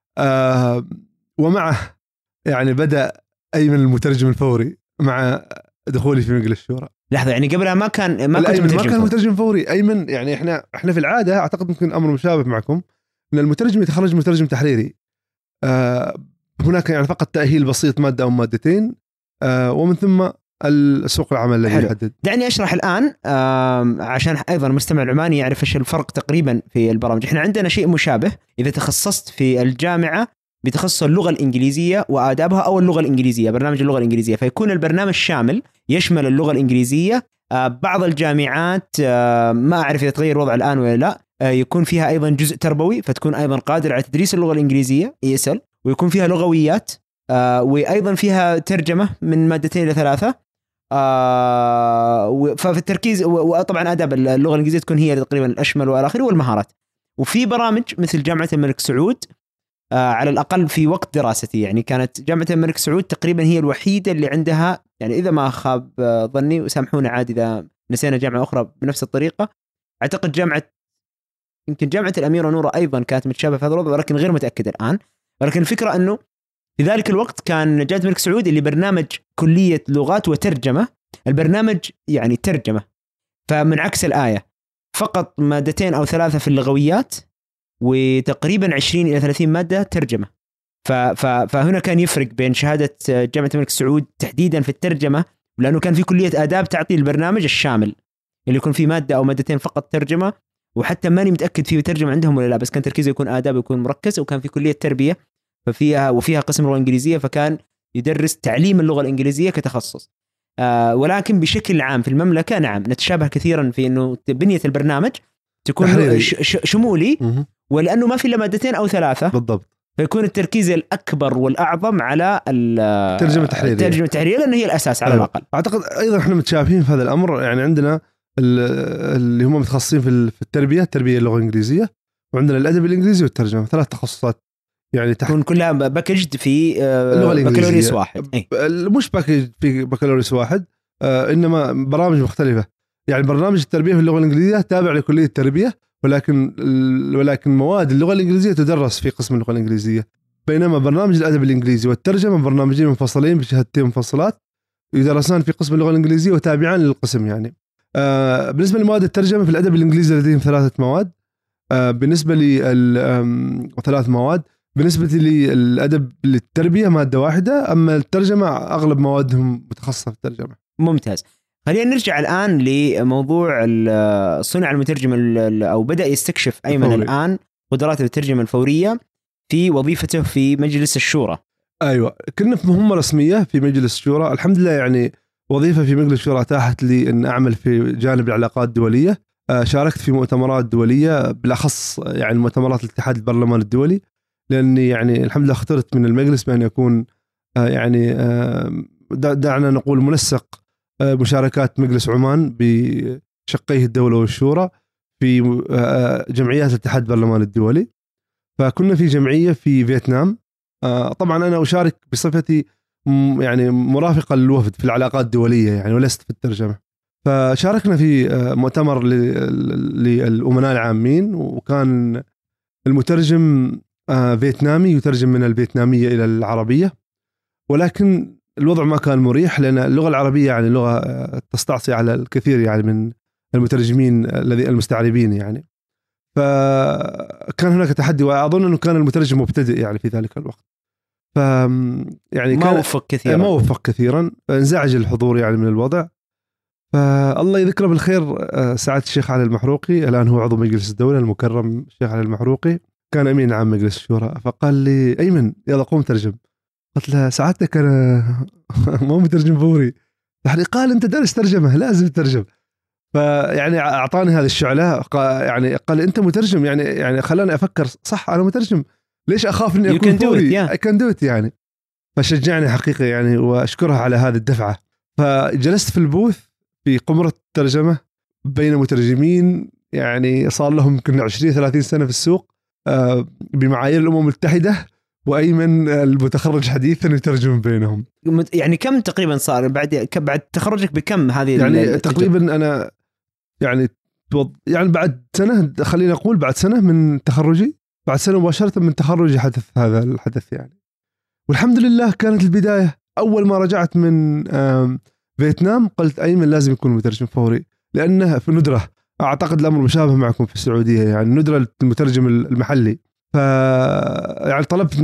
ومعه يعني بدأ أيمن المترجم الفوري مع دخولي في مجلس الشورى. لحظة، يعني قبلها ما كان مترجم فوري. أيمن يعني إحنا في العادة أعتقد ممكن أمر مشابه معكم، أن المترجم يتخرج مترجم تحريري، هناك يعني فقط تأهيل بسيط، مادة أو مادتين، ومن ثم السوق العمل الذي يحدد. دعني أشرح الآن عشان أيضا المستمع العماني يعرف إيش الفرق تقريبا في البرامج. إحنا عندنا شيء مشابه إذا تخصصت في الجامعة بتخصص اللغة الإنجليزية وآدابها أو اللغة الإنجليزية، برنامج اللغة الإنجليزية، فيكون البرنامج شامل يشمل اللغة الإنجليزية. بعض الجامعات ما أعرف إذا تغير وضع الآن ولا لا، يكون فيها أيضا جزء تربوي، فتكون أيضا قادر على تدريس اللغة الإنجليزية ESL، ويكون فيها لغويات، وأيضا فيها ترجمة من 2 إلى 3. ففي التركيز، وطبعا آداب اللغة الإنجليزية تكون هي تقريبا الأشمل والآخر، والمهارات. وفي برامج مثل جامعة الملك سعود، على الأقل في وقت دراستي، يعني كانت جامعة الملك سعود تقريبا هي الوحيدة اللي عندها، يعني إذا ما خاب ظني وسامحونا عاد إذا نسينا جامعة أخرى بنفس الطريقة، أعتقد يمكن جامعة الأميرة نورة أيضا كانت متشابهة في هذا الوضع، ولكن غير متأكد الآن. ولكن الفكرة أنه في ذلك الوقت كان جامعة الملك سعود اللي برنامج كلية لغات وترجمة، البرنامج يعني ترجمة، فمن عكس الآية فقط 2 أو 3 في اللغويات، وتقريبا 20 إلى 30 مادة ترجمة. فهنا كان يفرق بين شهادة جامعة الملك سعود تحديدا في الترجمة، لأنه كان في كلية آداب تعطي البرنامج الشامل اللي يكون فيه مادة أو 2 فقط ترجمة، وحتى ماني متأكد فيه ترجمة عندهم ولا لا، بس كان تركيزه يكون آداب يكون مركز. وكان في كلية تربية وفيها قسم اللغة الإنجليزية، فكان يدرس تعليم اللغة الإنجليزية كتخصص. ولكن بشكل عام في المملكة نعم نتشابه كثيرا في أنه بنية البرنامج تكون شمولي، ولأنه ما في إلا 2 أو 3 بالضبط، فيكون التركيز الأكبر والأعظم على الترجمة التحريرية، لأنه هي الأساس على الأقل. أعتقد أيضا إحنا متشابهين في هذا الأمر، يعني عندنا اللي هم متخصصين في التربية اللغة الإنجليزية، وعندنا الأدب الإنجليزي والترجمة، 3 تخصصات يعني تكون كلها باكجد في بكالوريوس واحد. مش باكج في بكالوريوس واحد، إنما برامج مختلفة. يعني برنامج التربية في اللغة الإنجليزية تابع لكلية التربية، ولكن مواد اللغة الإنجليزية تدرس في قسم اللغة الإنجليزية، بينما برنامج الأدب الإنجليزي والترجمة برنامجين منفصلين بشهادتين منفصلات يدرسان في قسم اللغة الإنجليزية وتابعان للقسم. يعني بالنسبة لمواد الترجمة في الأدب الإنجليزي لديهم 3 مواد، بالنسبة لي 3 مواد، بالنسبة للأدب للتربية مادة واحدة، أما الترجمة أغلب موادهم متخصصة في الترجمة. ممتاز. خلينا نرجع الآن لموضوع صنع المترجم، أو بدأ يستكشف أيمن الآن قدرات الترجمة الفورية في وظيفته في مجلس الشورى. أيوة، كنا في مهمة رسمية في مجلس الشورى، الحمد لله. يعني وظيفة في مجلس الشورى أتاحت لي أن أعمل في جانب العلاقات الدولية. شاركت في مؤتمرات دولية، بالأخص يعني مؤتمرات الاتحاد البرلمان الدولي، لأني يعني الحمد لله اخترت من المجلس بأن يكون يعني دعنا نقول منسق مشاركات مجلس عمان بشقيه الدولة والشورى في جمعيات الاتحاد البرلماني الدولي. فكنا في جمعية في فيتنام. طبعا أنا أشارك بصفتي يعني مرافقة للوفد في العلاقات الدولية يعني، ولست في الترجمة. فشاركنا في مؤتمر للأمناء العامين، وكان المترجم فيتنامي يترجم من الفيتنامية إلى العربية، ولكن الوضع ما كان مريح لأن اللغة العربية يعني لغة تستعصي على الكثير يعني من المترجمين المستعربين يعني. فكان هناك تحدي، وأظن أنه كان المترجم مبتدئ يعني في ذلك الوقت. ف يعني ما وفق كثيرا، انزعج الحضور يعني من الوضع. فالله يذكره بالخير سعادة الشيخ علي المحروقي، الآن هو عضو مجلس الدولة المكرم الشيخ علي المحروقي، كان أمين عام مجلس الشورى. فقال لي أيمن يلا قوم ترجم. قلت له سعادتك أنا مو مترجم فوري. قال أنت دارس ترجمة لازم تترجم. فيعني أعطاني هذه الشعلة، يعني قال أنت مترجم يعني خلاني أفكر صح أنا مترجم، ليش أخاف إني أكون فوري؟ I can do it يعني. فشجعني حقيقة يعني، وأشكرها على هذه الدفعة. فجلست في البوث في قمرة الترجمة بين مترجمين يعني صار لهم يمكن 20-30 سنة في السوق بمعايير الأمم المتحدة، وأيمن المتخرج حديثا يترجم بينهم. يعني كم تقريبا صار بعد تخرجك بكم هذه يعني تقريبا أنا يعني بعد سنة، خلينا نقول بعد سنة من تخرجي، بعد سنة مباشرة من تخرجي حدث هذا الحدث يعني. والحمد لله كانت البداية. أول ما رجعت من فيتنام قلت أيمن لازم يكون مترجم فوري، لأنه في ندرة. أعتقد الأمر مشابه معكم في السعودية يعني، ندرة المترجم المحلي. يعني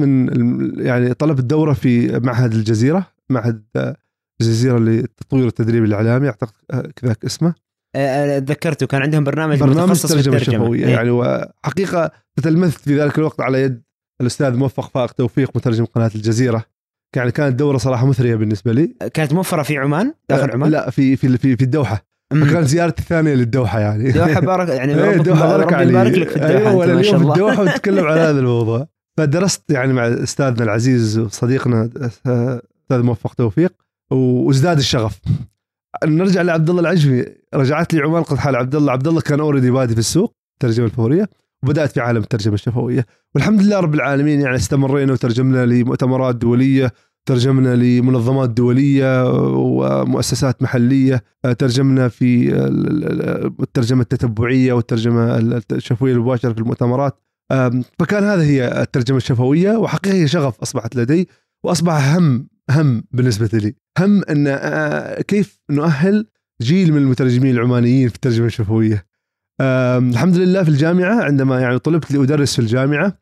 طلبت دورة في معهد الجزيرة، معهد الجزيرة للتطوير والتدريب الإعلامي، أعتقد كذاك اسمه. ذكرته كان عندهم برنامج متخصص في الترجمة الشفوية يعني. وحقيقة تتلمذت في ذلك الوقت على يد الأستاذ موفق فائق توفيق مترجم قناة الجزيرة. يعني كانت دورة صراحة مثرية بالنسبة لي. كانت موفرة في عمان، داخل عمان؟ لا في الدوحة. فكانت زيارتي الثانية للدوحة يعني. دوحة بارك يعني ربي يبارك لك في الدوحة. ولا اليوم في الدوحة ونتكلم على هذا الموضوع. فدرست يعني مع أستاذنا العزيز وصديقنا أستاذ موفق توفيق، وازداد الشغف. نرجع لعبد الله العجمي. رجعت لي عمان قلت حال عبد الله كان اوريدي بادي في السوق الترجمة الفورية، وبدأت في عالم الترجمة الشفوية. والحمد لله رب العالمين يعني استمرينا وترجمنا لمؤتمرات دولية، ترجمنا لمنظمات دولية ومؤسسات محلية، ترجمنا في الترجمة التتبعية والترجمة الشفوية المباشرة في المؤتمرات. فكان هذا هي الترجمة الشفوية، وحقيقة شغف أصبحت لدي، وأصبح هم بالنسبة لي، هم أن كيف نؤهل جيل من المترجمين العمانيين في الترجمة الشفوية. الحمد لله في الجامعة عندما يعني طلبت لأدرس في الجامعة،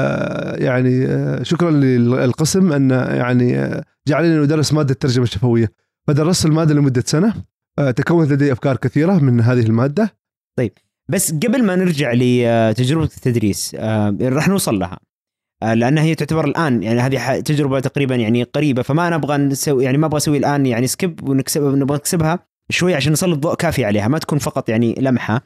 يعني شكرا للقسم أن يعني جعلني أدرس مادة الترجمة الشفوية. فدرست المادة لمدة سنة، تكونت لدي أفكار كثيرة من هذه المادة. طيب بس قبل ما نرجع لتجربة التدريس راح نوصل لها، لأنها هي تعتبر الآن يعني هذه تجربة تقريبا يعني قريبة، فما نبغى نسوي يعني ما أبغى أسوي الآن يعني سكيب نبغى نكسبها شوي عشان نسلط ضوء كافي عليها، ما تكون فقط يعني لمحة.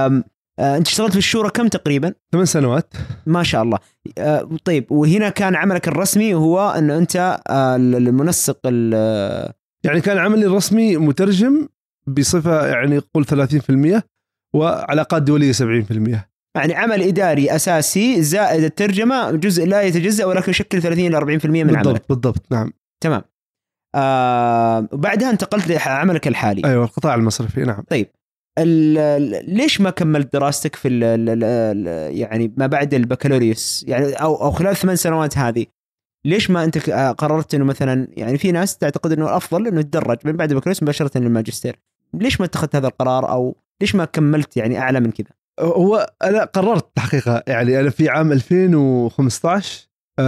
أنت اشتغلت في الشورى كم تقريبا؟ 8 سنوات ما شاء الله. طيب وهنا كان عملك الرسمي هو أنه أنت المنسق يعني كان عملي الرسمي مترجم بصفة يعني قل 30%، وعلاقات دولية 70%. يعني عمل إداري أساسي زائد الترجمة جزء لا يتجزأ ولكن يشكل 30-40% من عملك. بالضبط نعم تمام. وبعدها انتقلت لعملك الحالي. أيوة القطاع المصرفي نعم. طيب ليش ما كملت دراستك في يعني ما بعد البكالوريوس يعني أو خلال 8 سنوات هذه؟ ليش ما أنت قررت إنه مثلا يعني في ناس تعتقد إنه الأفضل إنه تدرج من بعد البكالوريوس مباشرة للماجستير، ليش ما اتخذت هذا القرار أو ليش ما كملت يعني أعلى من كذا؟ هو أنا قررت حقيقة يعني أنا في عام 2015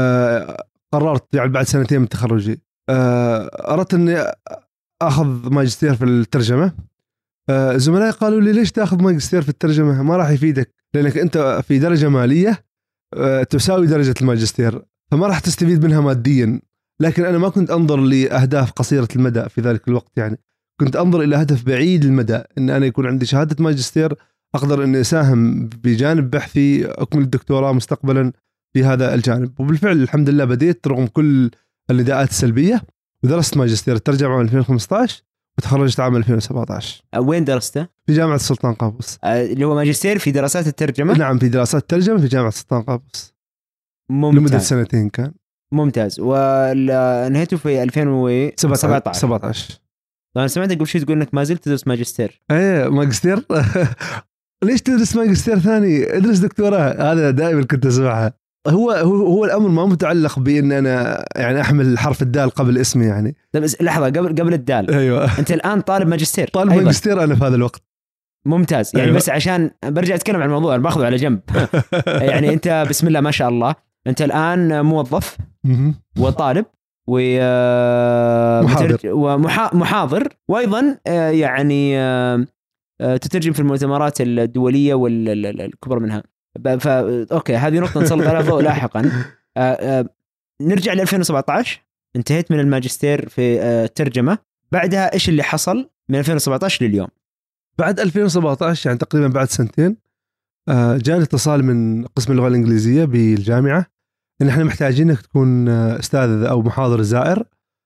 قررت يعني بعد 2 من تخرجي أردت أني أخذ ماجستير في الترجمة. زملائي قالوا لي ليش تأخذ ماجستير في الترجمة، ما راح يفيدك لأنك أنت في درجة مالية تساوي درجة الماجستير، فما راح تستفيد منها ماديا. لكن أنا ما كنت أنظر لأهداف قصيرة المدى في ذلك الوقت، يعني كنت أنظر إلى هدف بعيد المدى، أن أنا يكون عندي شهادة ماجستير أقدر أن أساهم بجانب بحثي أكمل الدكتوراه مستقبلا في هذا الجانب. وبالفعل الحمد لله بديت رغم كل النداءات السلبية، ودرست ماجستير الترجمة عام 2015 وتخرجت عام 2017. وين درسته؟ في جامعة السلطان قابوس. اللي هو ماجستير في دراسات الترجمة؟ نعم، في دراسات الترجمة في جامعة السلطان قابوس. ممتاز. لمدة 2 كان. ممتاز. ونهيته في 2017. 17. طبعا سمعت قبل شوي تقول انك ما زلت تدرس ماجستير. ايه ماجستير. ليش تدرس ماجستير ثاني؟ ادرس دكتوراه. هذا دائما كنت اسمعها. هو الامر ما متعلق بان انا يعني احمل حرف الدال قبل اسمي يعني. بس لحظه، قبل الدال. ايوه. انت الان طالب ماجستير. طالب ماجستير انا في هذا الوقت. ممتاز. يعني أيوة. بس عشان برجع اتكلم عن الموضوع، انا باخذه على جنب. يعني انت بسم الله ما شاء الله، انت الان موظف وطالب ومحاضر وايضا يعني تترجم في المؤتمرات الدوليه والكبرى منها. اوكي، هذه نقطه نسلط عليها ضوء لاحقا. نرجع ل 2017. انتهيت من الماجستير في الترجمه. بعدها ايش اللي حصل من 2017 لليوم؟ بعد 2017 يعني تقريبا بعد 2 سنين جاني اتصال من قسم اللغه الانجليزيه بالجامعه ان احنا محتاجينك تكون استاذ او محاضر زائر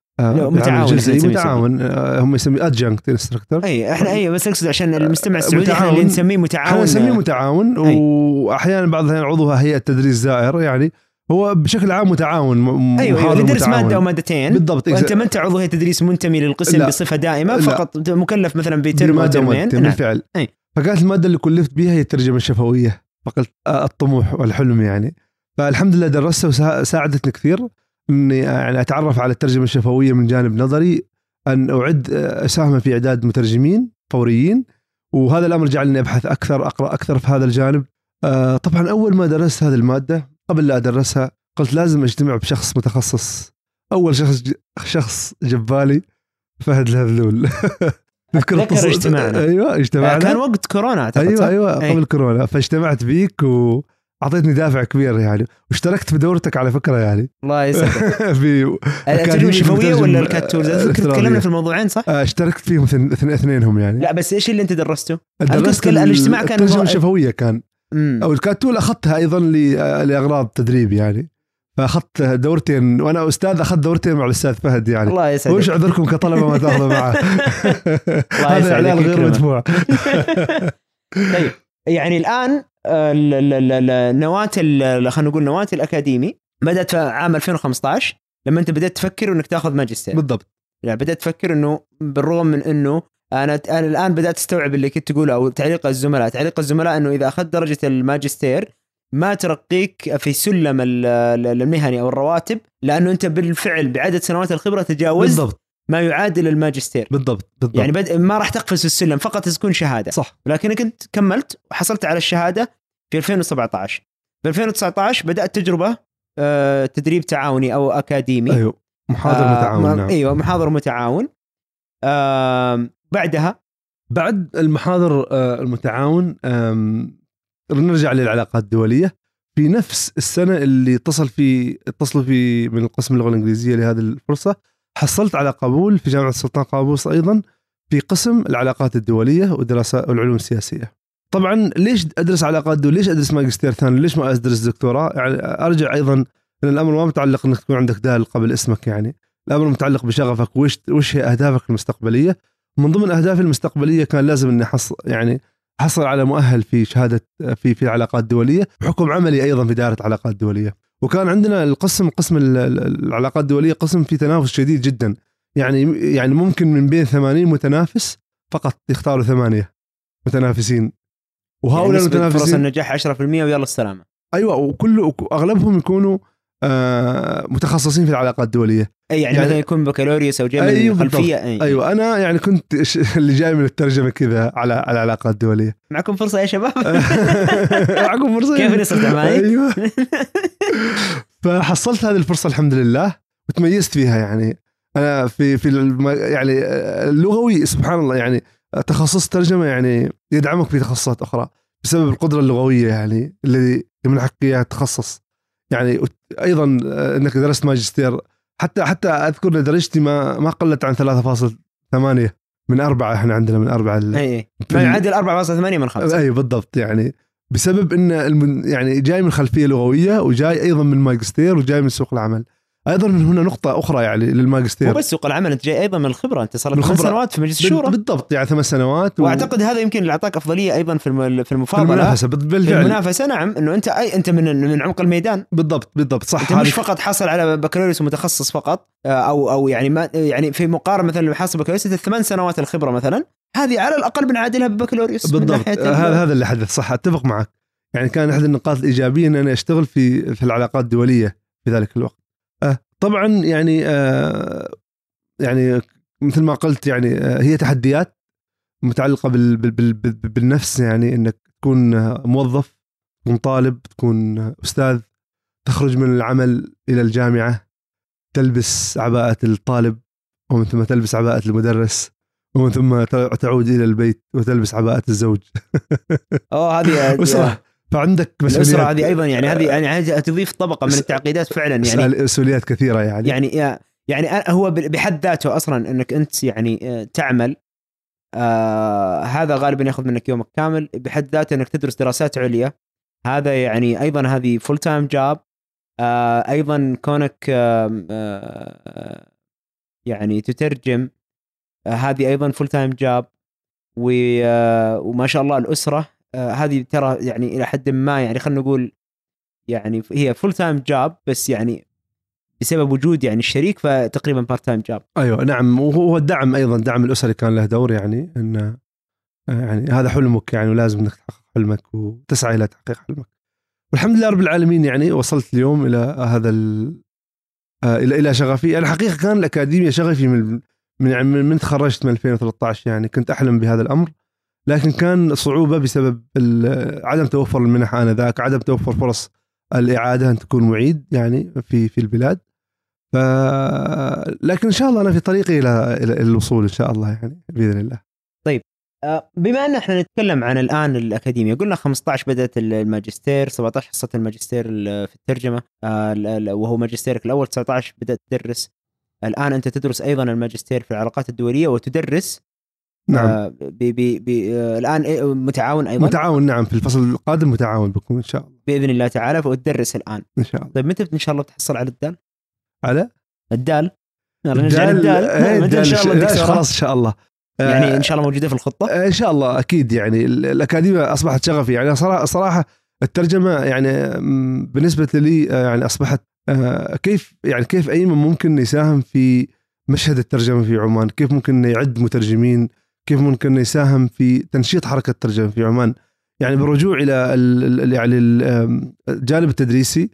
متعاون. هم يسميه ادجنكت انستراكتور. اي احنا بس نقصد عشان المستمع السعودي احنا اللي نسميه متعاون. نسميه متعاون. واحيانا بعض الاحيان عضو هيئه تدريس زائر، يعني هو بشكل عام متعاون. ايوه، يدرس ماده او مادتين بالضبط. وانت ما انت عضو هيئه تدريس منتمي للقسم بصفه دائمه، فقط مكلف مثلا بترم او ترمين. بالفعل. فكانت الماده اللي كلفت بها هي الترجمه الشفويه، فقلت الطموح والحلم يعني. فالحمد لله درستها وساعدتني كثير اني يعني اتعرف على الترجمه الشفويه من جانب نظري، ان اعد اساهم في اعداد مترجمين فوريين، وهذا الامر جعلني ابحث اكثر، اقرا اكثر في هذا الجانب. طبعا اول ما درست هذه الماده قبل لا ادرسها قلت لازم اجتمع بشخص متخصص. اول شخص جبالي فهد الهذلول. ذكر اجتماعنا. ايوه اجتمعنا، كان وقت كورونا اعتقد. ايوه قبل كورونا. فاجتمعت بيك اعطيتني دافع كبير يعني، واشتركت في دورتك على فكره يعني. الله يسعدك. في الترجمه الشفويه ولا الكاتول؟ تكلمنا في الموضوعين صح؟ اشتركت فيهم اثنينهم يعني. لا بس ايش اللي انت درسته؟ درست الاجتماع كان الترجمه الشفويه كان او الكاتول اخذتها ايضا لاغراض تدريب يعني. فاخذت دورتين وانا استاذ، اخذت دورتين مع الاستاذ فهد يعني. الله يسعدك. وش عذركم كطلبه ما تاخذوا معه؟ هذا اعلان غير مدفوع. طيب يعني الان النواة خلينا نقول نواة الأكاديمي بدأت في عام 2015 لما أنت بدأت تفكر إنك تأخذ ماجستير. بالضبط. يعني بدأت تفكر إنه بالرغم من إنه أنا الآن بدأت أستوعب اللي كنت تقوله أو تعليق الزملاء إنه إذا أخذت درجة الماجستير ما ترقيك في سلم المهني أو الرواتب، لأنه أنت بالفعل بعدد سنوات الخبرة تجاوز بالضبط ما يعادل الماجستير. بالضبط. يعني ما راح تقفز السلم، فقط تكون شهادة. صح. لكنك أنت كملت وحصلت على الشهادة في 2017. في 2019 بدأت تجربة تدريب تعاوني أو أكاديمي. أيوه محاضر متعاون. نعم. أيوه محاضر متعاون. بعد المحاضر المتعاون نرجع للعلاقات الدولية. في نفس السنة اللي اتصلوا في من القسم اللغة الإنجليزية لهذه الفرصة، حصلت على قبول في جامعة السلطان قابوس أيضا في قسم العلاقات الدولية ودراسة والعلوم السياسية. طبعا ليش أدرس علاقات دولية؟ ليش أدرس ماجستير ثاني؟ ليش ما أدرس دكتوراه؟ يعني أرجع أيضا أن الأمر ما متعلق أنك تكون عندك دال قبل اسمك، يعني الأمر متعلق بشغفك وش هي أهدافك المستقبلية. من ضمن أهدافي المستقبلية كان لازم أني حصل على مؤهل في شهادة في العلاقات الدولية، بحكم عملي أيضا في دائرة علاقات دولية. وكان عندنا قسم العلاقات الدولية قسم فيه تنافس شديد جدا، يعني ممكن من بين 80 متنافس فقط يختاروا 8 متنافسين، وهؤلاء يعني المتنافسين فرص النجاح 10% ويلا السلامة. أيوة، أغلبهم يكونوا متخصصين في العلاقات الدولية. يعني مثلا يكون بكالوريوس أو جاي من خلفية. أيوة أنا يعني كنت اللي جاي من الترجمة كذا على العلاقات الدولية. معكم فرصة يا شباب. معكم فرصة. كيف نستطيع معي؟ أيوة. فحصلت هذه الفرصة الحمد لله وتميزت فيها. يعني أنا في يعني اللغوي سبحان الله، يعني تخصص ترجمة يعني يدعمك في تخصصات أخرى بسبب القدرة اللغوية يعني الذي يمنحك إياها تخصص. يعني أيضا أنك درست ماجستير، حتى أذكر أن درجتي ما قلت عن 3.8 من 4. إحنا عندنا من 4 ما يعادل 4.8 من 5. أي بالضبط. يعني بسبب أن يعني جاي من خلفية لغوية وجاي أيضا من ماجستير وجاي من سوق العمل، ايضا من هنا نقطه اخرى يعني للماجستير، مو بس سوق العمل، انت جاي ايضا من الخبره، انت صار لك 8 سنوات في مجلس الشورى بالضبط، يعني 8 سنوات واعتقد هذا يمكن اللي اعطاك افضليه ايضا في المفاضله، المنافسه بالفعل، المنافسه. نعم، انه انت من عمق الميدان. بالضبط صح. انت مش فقط حاصل على بكالوريوس ومتخصص فقط، او يعني ما يعني في مقارنه مثلا اللي حاصل بكالوريوس 8 سنوات الخبره مثلا، هذه على الاقل بنعادلها ببكالوريوس. بالضبط، هذا اللي حدث. صح، اتفق معك. يعني كان احد النقاط الايجابيه ان انا اشتغل في العلاقات الدوليه في ذلك الوقت. طبعا يعني مثل ما قلت، يعني هي تحديات متعلقه بالنفس، يعني انك تكون موظف، تكون طالب، تكون استاذ، تخرج من العمل الى الجامعه، تلبس عباءه الطالب، ومن ثم تلبس عباءه المدرس، ومن ثم تعود الى البيت وتلبس عباءه الزوج. هذه أسرة. فعندك مسؤوليات. الأسرة هذه أيضا يعني هذه يعني تضيف طبقة من التعقيدات فعلا، يعني مسؤوليات كثيرة يعني هو بحد ذاته أصلا أنك أنت يعني تعمل، هذا غالبا يأخذ منك يومك كامل. بحد ذاته أنك تدرس دراسات عليا، هذا يعني أيضا هذه فول تايم جاب. أيضا كونك يعني تترجم، هذه أيضا فول تايم جاب. وما شاء الله الأسرة هذه ترى يعني إلى حد ما، يعني خلنا نقول يعني هي فول تايم جاب، بس يعني بسبب وجود يعني الشريك فتقريبا بارت تايم جاب. أيوة نعم. وهو الدعم أيضا، دعم الأسري كان له دور، يعني إن يعني هذا حلمك يعني، ولازم إنك تحقق حلمك وتسعى إلى تحقيق حلمك. والحمد لله رب العالمين، يعني وصلت اليوم إلى هذا إلى شغفي. أنا حقيقة كان الأكاديمية شغفي من تخرجت من 2013. يعني كنت أحلم بهذا الأمر، لكن كان صعوبة بسبب عدم توفر المنح آنذاك، عدم توفر فرص الإعادة أن تكون معيد يعني في البلاد. لكن إن شاء الله أنا في طريقي إلى الوصول إن شاء الله، يعني بإذن الله. طيب، بما أن احنا نتكلم عن الآن الأكاديمية، قلنا 15 بدأت الماجستير، 17 حصة الماجستير في الترجمة، وهو ماجستيرك الأول. 19 بدأت تدرس. الآن أنت تدرس أيضا الماجستير في العلاقات الدولية وتدرس. نعم. الآن متعاون أيضا. متعاون، نعم. في الفصل القادم متعاون بكم إن شاء الله بإذن الله تعالى، وتدرس الآن إن شاء الله. طيب متى إن شاء الله تحصل على الدال؟ على الدال إن شاء الله. خلاص إن شاء الله، يعني إن شاء الله موجودة في الخطة إن شاء الله أكيد. يعني الأكاديمية أصبحت شغفي، يعني صراحة الترجمة يعني بالنسبة لي يعني أصبحت كيف أيمن ممكن يساهم في مشهد الترجمة في عمان، كيف ممكن يعد مترجمين، كيف ممكن يساهم في تنشيط حركة الترجمة في عمان. يعني بالرجوع إلى يعني الجانب التدريسي،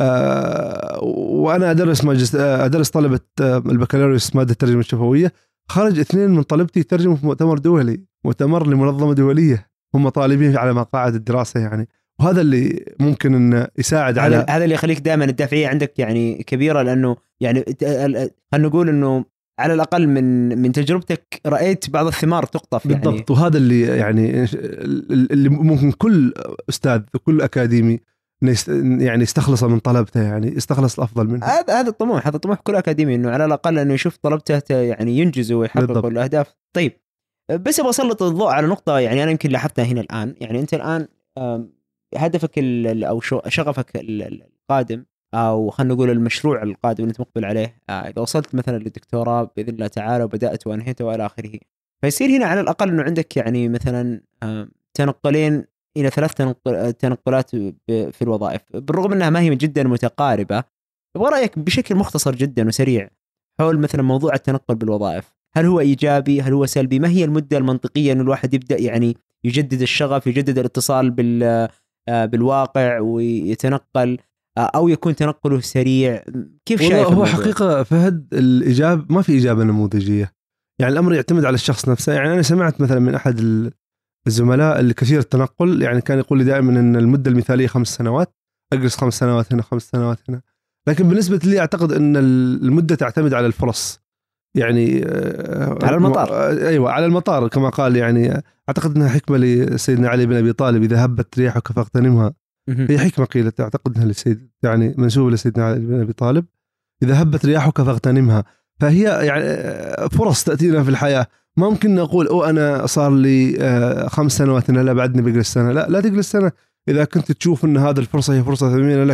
وأنا أدرس طلبة البكالوريوس مادة الترجمة الشفوية. خرج 2 من طلبتي يترجموا في مؤتمر دولي، مؤتمر لمنظمة دولية، هم طالبين على مقاعد الدراسة يعني. وهذا اللي ممكن أن يساعد على هذا اللي يخليك دائما الدافعية عندك يعني كبيرة، لأنه يعني خلينا نقول أنه على الأقل من تجربتك رأيت بعض الثمار تقطف بالضبط يعني. وهذا اللي ممكن كل أستاذ وكل أكاديمي يعني يستخلص من طلبته، يعني يستخلص الأفضل منه. هذا الطموح، هذا طموح كل أكاديمي، إنه على الأقل إنه يشوف طلبته يعني ينجزوا ويحققوا الأهداف. طيب، بس أبغى أسلط الضوء على نقطة يعني أنا يمكن لاحظتها هنا الآن. يعني أنت الآن هدفك أو شغفك القادم، أو خلينا نقول المشروع القادم اللي أنت مقبل عليه، إذا وصلت مثلا للدكتوراه بإذن الله تعالى وبدأت وأنهيت وإلى آخره، فيصير هنا على الأقل إنه عندك يعني مثلا تنقلين إلى 3 تنقلات في الوظائف، بالرغم أنها ما هي جدا متقاربة. أبغى رأيك بشكل مختصر جدا وسريع حول مثلا موضوع التنقل بالوظائف. هل هو إيجابي؟ هل هو سلبي؟ ما هي المدة المنطقية أن الواحد يبدأ يعني يجدد الشغف، يجدد الاتصال بالواقع ويتنقل، أو يكون تنقله سريع؟ كيف شايف هو حقيقة فهد الإجابة ما في إجابة نموذجية، يعني الأمر يعتمد على الشخص نفسه. يعني أنا سمعت مثلا من أحد الزملاء اللي كثير التنقل، يعني كان يقول لي دائما أن المدة المثالية 5 سنوات، أجلس 5 سنوات هنا 5 سنوات هنا. لكن بالنسبة لي أعتقد أن المدة تعتمد على الفرص، يعني على المطار. أيوة على المطار كما قال. يعني أعتقد أنها حكمة لسيدنا علي بن أبي طالب، إذا هبت ريحك فاغتنمها. هي حكمة قيلت أعتقد أنها لسيد يعني منسوبة لسيدنا علي بن أبي طالب، إذا هبت رياحك فاغتنمها. فهي يعني فرص تأتينا في الحياة. ما ممكن نقول أنا صار لي 5 سنوات هنا لا بعدني بجلس سنة. لا تجلس سنة إذا كنت تشوف أن هذا الفرصة هي فرصة ثمينة لك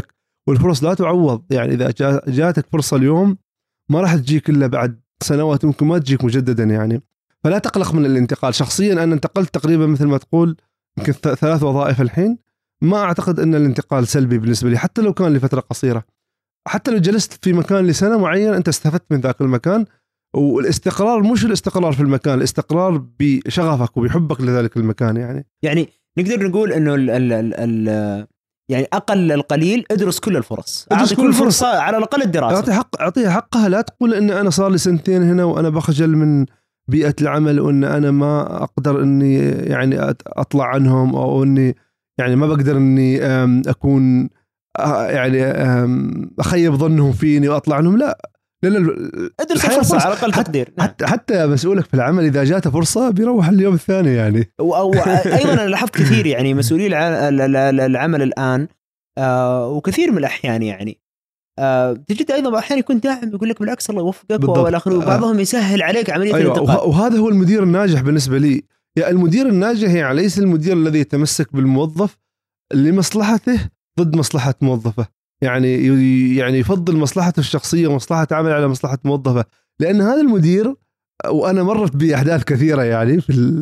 والفرص لا تعوض. يعني إذا جاتك فرصة اليوم ما راح تجيك إلا بعد سنوات، ممكن ما تجيك مجددا يعني. فلا تقلق من الانتقال. شخصيا أنا انتقلت تقريبا مثل ما تقول يمكن 3 وظائف الحين. ما أعتقد أن الانتقال سلبي بالنسبة لي، حتى لو كان لفترة قصيرة. حتى لو جلست في مكان لسنة معينة أنت استفدت من ذاك المكان. والاستقرار مش الاستقرار في المكان، الاستقرار بشغفك وبحبك لذلك المكان يعني نقدر نقول انه يعني اقل القليل ادرس كل الفرص، ادرس كل فرصة على الاقل الدراسة، اعطيها حقها. لا تقول ان انا صار لي 2 سنين هنا وانا بخجل من بيئة العمل وان انا ما اقدر اني يعني اطلع عنهم، او اني يعني ما بقدر اني اكون يعني اخيب ظنهم فيني واطلع عنهم. لا ادرس الفرصة على الاقل تقدير. حتى مسؤولك في العمل اذا جاته فرصة بيروح اليوم الثاني يعني. ايضا انا لاحظت كثير يعني مسؤولي العمل الان وكثير من الاحيان يعني تجد ايضا بعض الاحيان يكون داعم يقول لك بالعكس الله يوفقك والى اخره، وبعضهم يسهل عليك عمليه الانتقال. وهذا هو المدير الناجح بالنسبه لي. يعني المدير الناجح يعني ليس المدير الذي يتمسك بالموظف لمصلحته ضد مصلحه موظفه، يعني يفضل مصلحته الشخصيه ومصلحه عمل على مصلحه موظفه. لان هذا المدير، وانا مرت باحداث كثيره يعني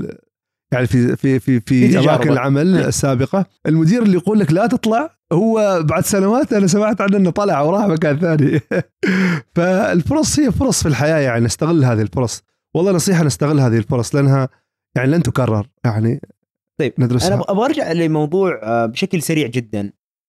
في اماكن العمل السابقه، المدير اللي يقول لك لا تطلع هو بعد سنوات انا سمعت عنه انه طلع وراح مكان ثاني. فالفرص هي فرص في الحياه، يعني نستغل هذه الفرص. والله نصيحه نستغل هذه الفرص لانها يعني لن تكرر يعني. طيب ندرسها. انا ابغى ارجع لموضوع بشكل سريع جدا.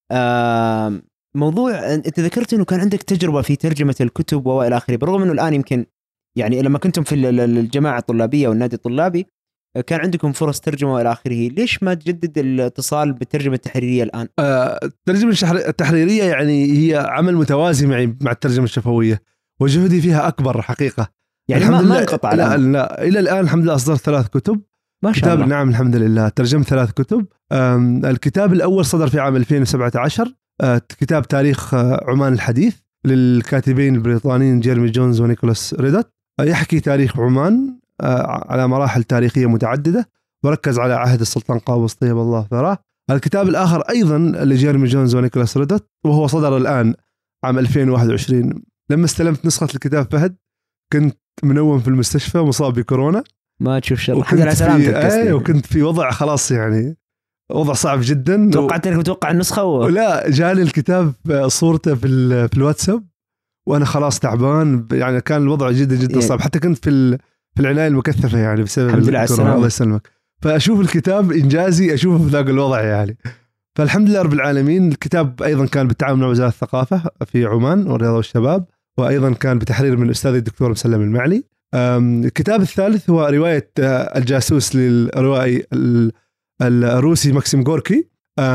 موضوع انت ذكرت انه كان عندك تجربه في ترجمه الكتب والى اخره، بالرغم انه الان يمكن يعني لما كنتم في الجماعه الطلابيه والنادي الطلابي كان عندكم فرص ترجمه والى اخره، ليش ما تجدد الاتصال بالترجمه التحريريه الان؟ الترجمه التحريريه يعني هي عمل متوازي معي مع الترجمه الشفويه، وجهدي فيها اكبر حقيقه. يعني ما انقطع. لا الى الان الحمد لله اصدرت 3 كتب. ما شاء الله. نعم الحمد لله ترجمت 3 كتب. الكتاب الاول صدر في عام 2017، كتاب تاريخ عمان الحديث للكاتبين البريطانيين جيرمي جونز ونيكولاس ريدت. يحكي تاريخ عمان على مراحل تاريخية متعددة، وركز على عهد السلطان قابوس طيب الله ثراه. الكتاب الآخر أيضا لجيرمي جونز ونيكولاس ريدت، وهو صدر الآن عام 2021. لما استلمت نسخة الكتاب فهد كنت منوم في المستشفى مصاب بكورونا. ما تشوف شر. الحمد لله سلامتك. وكنت في وضع خلاص يعني وضع صعب جدا. توقعت انك متوقع النسخة لا جاني الكتاب صورته في الواتساب وانا خلاص تعبان يعني. كان الوضع جدا صعب، حتى كنت في العناية المكثفة يعني بسبب الكورونا. الله يسلمك. فاشوف الكتاب انجازي اشوفه في ذاك الوضع يعني. فالحمد لله رب العالمين. الكتاب ايضا كان بالتعاون مع وزارة الثقافة في عمان والرياضة والشباب، وايضا كان بتحرير من الاستاذ الدكتور مسلم المعلي. الكتاب الثالث هو رواية الجاسوس للروائي الروسي ماكسيم غوركي.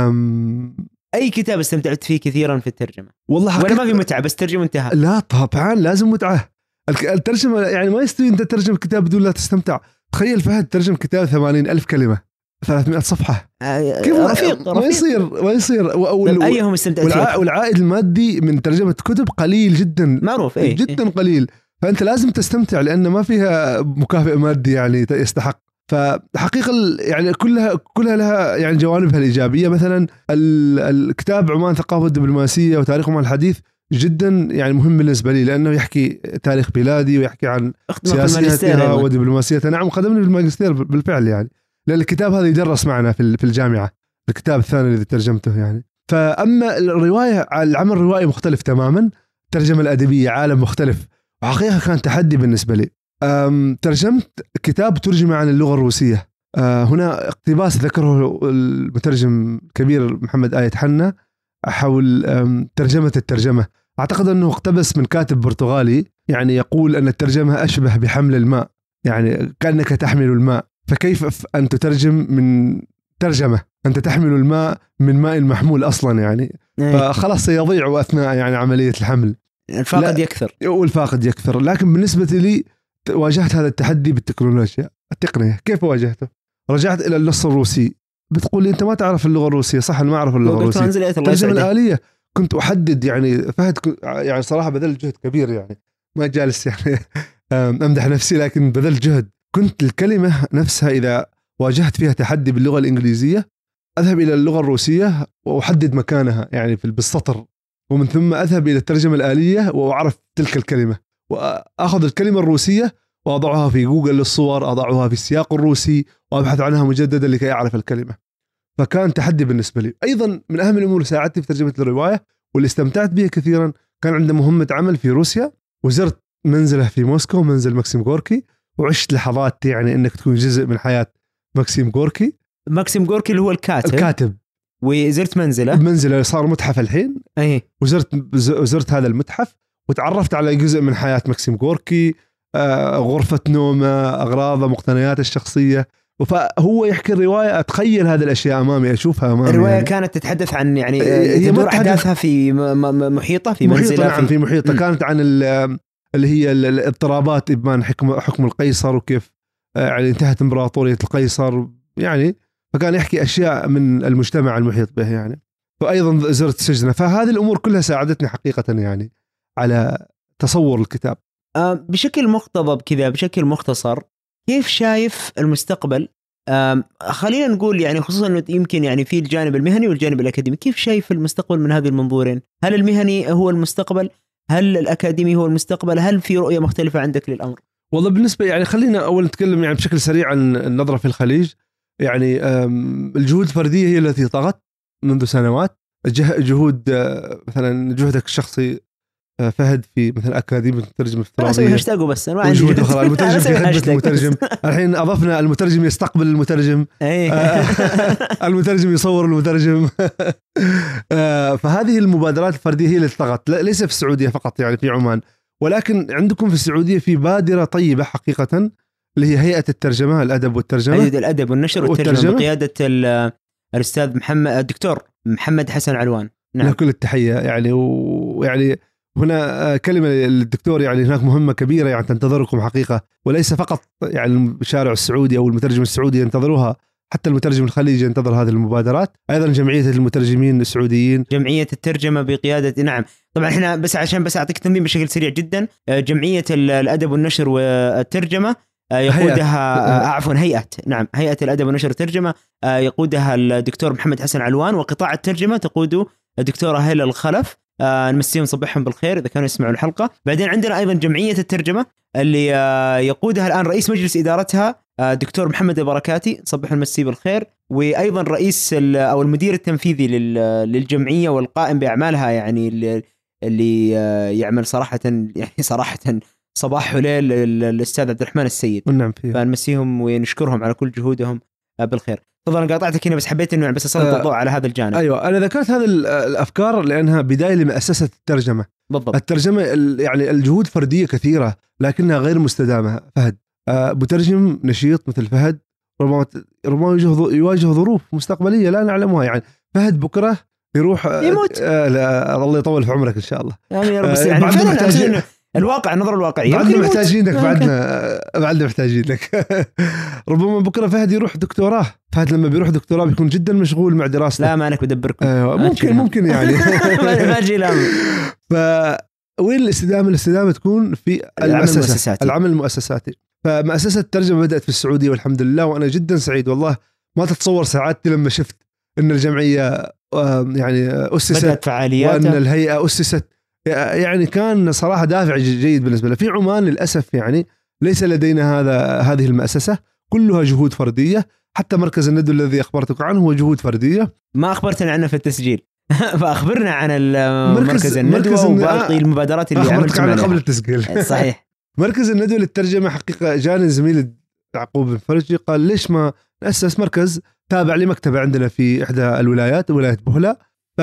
أي كتاب استمتعت فيه كثيرا في الترجمة؟ والله ولا ما في متعة بس ترجمة انتهى؟ لا طبعا لازم متعة. الترجمة يعني ما يستوي أنت تترجم كتاب بدون لا تستمتع. تخيل فهد ترجم كتاب 80,000 كلمة 300 صفحة. كيف رفيق. ما يصير أيهم استمتعت فيه؟ والعائد المادي من ترجمة كتب قليل جدا معروف. جدا قليل. فأنت لازم تستمتع لأن ما فيها مكافئ مادي يعني يستحق. فحقيقة يعني كلها لها يعني جوانبها الإيجابية. مثلا الكتاب عمان ثقافة الدبلوماسية وتاريخ عمان الحديث جدا يعني مهم بالنسبة لي، لأنه يحكي تاريخ بلادي ويحكي عن سياسيتها ودبلوماسيتها. نعم خدمني في الماجستير بالفعل يعني، لأن الكتاب هذا يدرس معنا في الجامعة، الكتاب الثاني الذي ترجمته يعني. فأما الرواية العمل الروائي مختلف تماما، الترجمة الأدبية عالم مختلف، وحقيقة كان تحدي بالنسبة لي. ترجمت كتاب ترجم عن اللغة الروسية. هنا اقتباس ذكره المترجم الكبير محمد آية حنا حول ترجمة الترجمة. أعتقد أنه اقتبس من كاتب برتغالي يعني يقول أن الترجمة أشبه بحمل الماء، يعني كأنك تحمل الماء، فكيف أن تترجم من ترجمة أنت تحمل الماء من ماء محمول أصلا يعني. فخلاص سيضيع أثناء يعني عملية الحمل، الفاقد يكثر والفاقد يكثر. لكن بالنسبة لي واجهت هذا التحدي بالتكنولوجيا التقنية. كيف واجهته؟ رجعت إلى النص الروسي. بتقول لي أنت ما تعرف اللغة الروسية. صح أنا ما أعرف اللغة الروسية. الترجمة الآلية كنت أحدد يعني فهد يعني صراحة بذلت جهد كبير يعني، ما جالس يعني أمدح نفسي، لكن بذلت جهد. كنت الكلمة نفسها إذا واجهت فيها تحدي باللغة الإنجليزية أذهب إلى اللغة الروسية وأحدد مكانها يعني بالسطر ومن ثم أذهب إلى الترجمة الآلية وأعرف تلك الكلمة، وأخذ الكلمة الروسية وأضعها في جوجل للصور، أضعها في السياق الروسي وأبحث عنها مجددا لكي أعرف الكلمة. فكان تحدي بالنسبة لي. أيضا من أهم الأمور اللي ساعدتني في ترجمة الرواية واللي استمتعت بها كثيرا، كان عندي مهمة عمل في روسيا، وزرت منزله في موسكو، منزل ماكسيم غوركي، وعشت لحظات يعني انك تكون جزء من حياة ماكسيم غوركي. ماكسيم غوركي اللي هو الكاتب. وزرت منزله صار متحف الحين. اي وزرت هذا المتحف وتعرفت على جزء من حياة ماكسيم غوركي، غرفة نومه، أغراضه، مقتنياته الشخصية. فهو يحكي الرواية، أتخيل هذه الأشياء أمامي، أشوفها أمامي. الرواية يعني كانت تتحدث عن يعني تدور أحداثها في محيطة، في منزلة. نعم في محيطة. كانت عن اللي هي الاضطرابات إبان حكم القيصر، وكيف يعني انتهت إمبراطورية القيصر يعني. فكان يحكي أشياء من المجتمع المحيط به يعني. وأيضا زرت سجنه. فهذه الأمور كلها ساعدتني حقيقة يعني على تصور الكتاب. بشكل مقتضب كذا، بشكل مختصر، كيف شايف المستقبل؟ خلينا نقول يعني خصوصا انه يمكن يعني في الجانب المهني والجانب الاكاديمي، كيف شايف المستقبل من هذه المنظورين؟ هل المهني هو المستقبل؟ هل الاكاديمي هو المستقبل؟ هل في رؤية مختلفة عندك للامر؟ والله بالنسبة يعني خلينا اول نتكلم يعني بشكل سريع عن النظرة في الخليج. يعني الجهود الفردية هي التي طغت منذ سنوات. جهود مثلا جهدك الشخصي فهد في مثل أكاديمية الترجمة الافتراضية، أنا هاشتاجه بس أنا عندي جهود أخرى. المترجم في خدمة المترجم. الحين أضفنا المترجم يستقبل المترجم، المترجم يصور المترجم. فهذه المبادرات الفردية هي اللي طغت، ليس في السعودية فقط يعني في عمان، ولكن عندكم في السعودية في بادرة طيبة حقيقة اللي هي هيئة الترجمة، الأدب والترجمة، هيئة الأدب والنشر والترجمة بقيادة الأستاذ الدكتور محمد حسن علوان. نعم. له كل التحية يعني. ويعني هنا كلمة للدكتور يعني هناك مهمة كبيرة يعني تنتظركم حقيقة، وليس فقط يعني الشارع السعودي أو المترجم السعودي ينتظروها، حتى المترجم الخليجي ينتظر هذه المبادرات. أيضا جمعية المترجمين السعوديين، جمعية الترجمة بقيادة، نعم طبعا احنا بس عشان بس أعطيك تنظيم بشكل سريع جدا، جمعية الأدب والنشر والترجمة يقودها هيئة الأدب والنشر والترجمة يقودها الدكتور محمد حسن علوان، وقطاع الترجمة تقوده الدكتورة هيلا الخلف. نمسيهم صبحهم بالخير إذا كانوا يسمعوا الحلقة. بعدين عندنا أيضا جمعية الترجمة اللي يقودها الآن رئيس مجلس إدارتها دكتور محمد البركاتي، صبح المسي بالخير. وأيضا رئيس أو المدير التنفيذي للجمعية والقائم بأعمالها يعني اللي يعمل صراحة صباح وليل الأستاذ عبد الرحمن السيد. نعم فيه. فنمسيهم ونشكرهم على كل جهودهم بالخير. طبعا قاطعتك هنا بس حبيت انه بس اسلط الضوء على هذا الجانب. ايوه انا ذكرت هذه الافكار لانها بدايه لمؤسسه الترجمه. بالضبط. الترجمه يعني الجهود فرديه كثيره لكنها غير مستدامه. فهد مترجم نشيط مثل فهد ربما يواجه ظروف مستقبليه لا نعلمها. يعني فهد بكره يروح يموت. الله يطول في عمرك ان شاء الله. يعني بس يعني فعلا الواقع، النظرة الواقعية بعدنا محتاجينك، بعدنا محتاجينك. ربما بكرة فهد يروح دكتوراه. فهد لما بيروح دكتوراه بيكون جدا مشغول مع دراسته. لا ما أنا بدبركم. ممكن يعني ما أجي لهم. وين الاستدامة تكون في العمل المؤسساتي. فمؤسسة الترجمة بدأت في السعودية والحمد لله، وأنا جدا سعيد والله. ما تتصور سعادتي لما شفت أن الجمعية يعني أسست، بدأت فعالياتها، وأن الهيئة أسست. يعني كان صراحة دافع جيد بالنسبة له. في عمان للأسف يعني ليس لدينا هذه المؤسسة، كلها جهود فردية. حتى مركز الندوة الذي أخبرتك عنه هو جهود فردية. ما أخبرتنا عنه في التسجيل. فأخبرنا عن مركز الندوة وباقي المبادرات اللي عملت عنها قبل التسجيل. صحيح. مركز الندوة للترجمة حقيقة جاني زميل يعقوب بن فرجي قال ليش ما نأسس مركز تابع لمكتبة عندنا في إحدى الولايات، ولاية بهلا.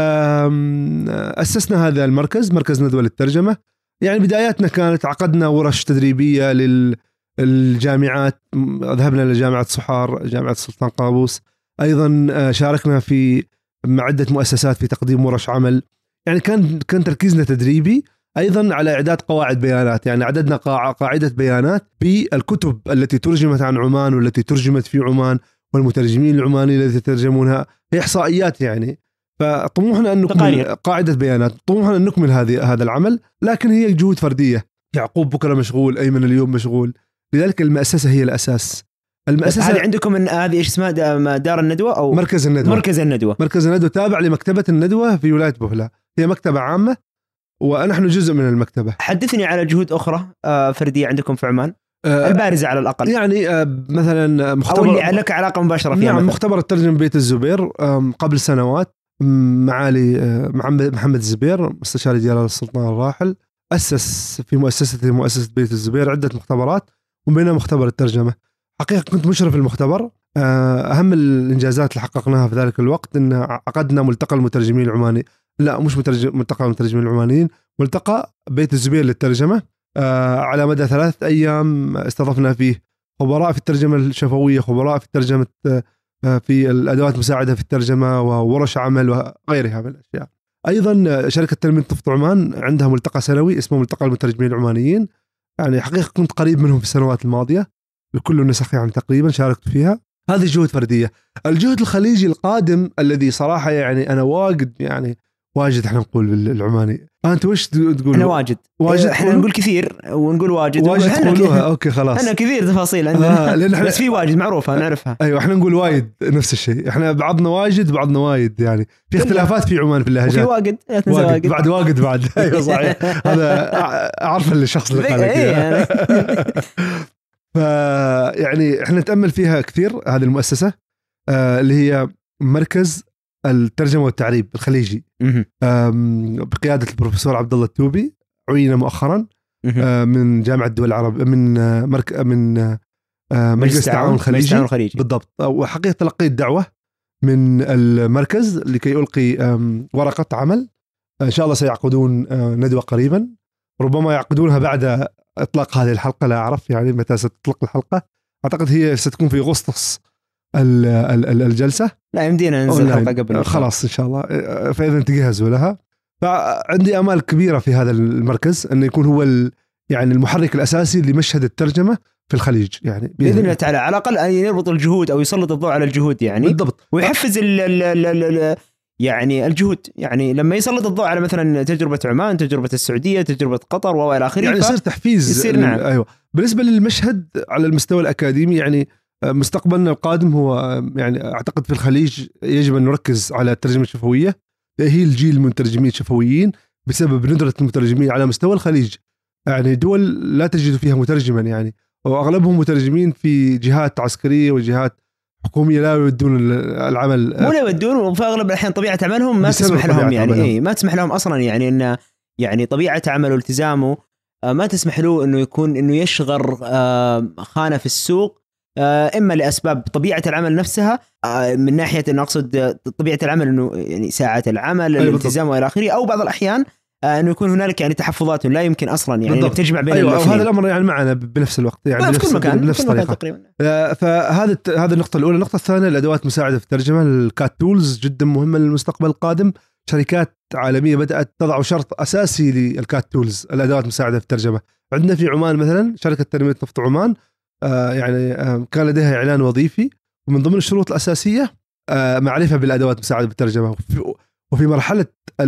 فأسسنا هذا المركز، مركز ندوة للترجمة. يعني بداياتنا كانت عقدنا ورش تدريبية للجامعات، ذهبنا لجامعة صحار، جامعة السلطان قابوس. أيضا شاركنا في عدة مؤسسات في تقديم ورش عمل. يعني كان تركيزنا تدريبي، أيضا على إعداد قواعد بيانات. يعني عددنا قاعدة بيانات بالكتب التي ترجمت عن عمان والتي ترجمت في عمان والمترجمين العمانيين الذين يترجمونها، هي إحصائيات يعني. فطموحنا أن نكمل قاعدة بيانات، طموحنا أن نكمل هذا العمل، لكن هي جهود فردية. يعقوب بكرة مشغول، أيمن اليوم مشغول، لذلك المؤسسة هي الأساس. المؤسسة هذه عندكم من هذه إيش اسمها، دار الندوة أو مركز الندوة؟ مركز الندوة تابع لمكتبة الندوة في ولاية بهلا. هي مكتبة عامة ونحن جزء من المكتبة. حدثني على جهود أخرى فردية عندكم في عمان البارزة على الأقل، يعني مثلا أو اللي لك علاقة مباشرة فيها. نعم، مختبر الترجمة بيت الزبير قبل سنوات معالي محمد الزبير مستشار جلالة السلطان الراحل أسس في مؤسسة بيت الزبير عدة مختبرات وبينها مختبر الترجمة. حقيقة كنت مشرف المختبر. أهم الإنجازات اللي حققناها في ذلك الوقت إن عقدنا ملتقى المترجمين العماني، لا مش ملتقى المترجمين العمانيين، ملتقى بيت الزبير للترجمة. على مدى 3 أيام استضفنا فيه خبراء في الترجمة الشفوية، خبراء في الترجمة في الأدوات المساعدة في الترجمة وورش عمل وغيرها من الأشياء. أيضا شركة تنمية نفط عمان عندها ملتقى سنوي اسمه ملتقى المترجمين العمانيين. يعني حقيقة كنت قريب منهم في السنوات الماضية بكل النسخ، يعني تقريبا شاركت فيها. هذه جهود فردية. الجهد الخليجي القادم الذي صراحة يعني أنا واجد احنا نقول بالعماني. انت وش تقول؟ احنا واجد احنا نقول كثير ونقول واجد تقولوها اوكي خلاص. احنا كثير تفاصيل عندنا بس في واجد معروفه نعرفها. ايوه احنا نقول وايد نفس الشيء، احنا بعضنا واجد بعضنا وايد، يعني في اختلافات في عمان في اللهجات. وفي واجد بعد ايوه صحيح. هذا اعرف الشخص اللي قال يعني. يعني احنا نتامل فيها كثير هذه المؤسسه اللي هي مركز الترجمة والتعريب الخليجي بقيادة البروفيسور عبد الله التوبي، عين مؤخرا من جامعة الدول العربية من مجلس التعاون الخليجي بالضبط. وحقيقة تلقيت دعوة من المركز لكي ألقي ورقة عمل. إن شاء الله سيعقدون ندوة قريبا، ربما يعقدونها بعد إطلاق هذه الحلقة، لا أعرف يعني متى ستطلق الحلقة. أعتقد هي ستكون في أغسطس الجلسة. لا يمدينا ننزل حلقة قبل خلاص إن شاء الله، فإذا تجهزوا لها. فعندي أمال كبيرة في هذا المركز أن يكون هو يعني المحرك الأساسي لمشهد الترجمة في الخليج، يعني بإذن الله تعالى. على الأقل أن يربط الجهود أو يسلط الضوء على الجهود يعني بالضبط، ويحفز يعني الجهود. يعني لما يسلط الضوء على مثلا تجربة عمان، تجربة السعودية، تجربة قطر وإلى آخره، يعني يصير تحفيز. نعم. أيوة. بالنسبة للمشهد على المستوى الأكاديمي، يعني مستقبلنا القادم هو يعني أعتقد في الخليج يجب أن نركز على الترجمة الشفوية، تأهيل جيل المترجمين الشفويين بسبب ندرة المترجمين على مستوى الخليج. يعني دول لا تجد فيها مترجما، يعني وأغلبهم مترجمين في جهات عسكرية وجهات حكومية لا يودون العمل، مو لا يودون، وفي أغلب الأحيان طبيعة عملهم ما تسمح لهم، يعني ما تسمح لهم أصلا، يعني إن يعني طبيعة عمله والتزامه ما تسمح له إنه يشغل خانة في السوق، إما لأسباب طبيعة العمل نفسها، من ناحية إنه أقصد طبيعة العمل إنه يعني ساعات العمل الالتزام وإلى آخره، أو بعض الأحيان إنه يكون هنالك يعني تحفظات لا يمكن أصلا يعني إنك تجمع بين الاثنين. وهذا الأمر يعني معنا بنفس الوقت، يعني في كل مكان بنفس الطريقة تقريبا. فهذا النقطة الأولى. النقطة الثانية الأدوات مساعدة في الترجمة، الكات تولز جدا مهمة للمستقبل القادم. شركات عالمية بدأت تضع شرط أساسي للكات تولز، الأدوات مساعدة في الترجمة. عندنا في عمان مثلا شركة تنمية نفط عمان يعني كان لديها إعلان وظيفي، ومن ضمن الشروط الأساسية معرفة بالأدوات مساعدة بالترجمة. وفي مرحلة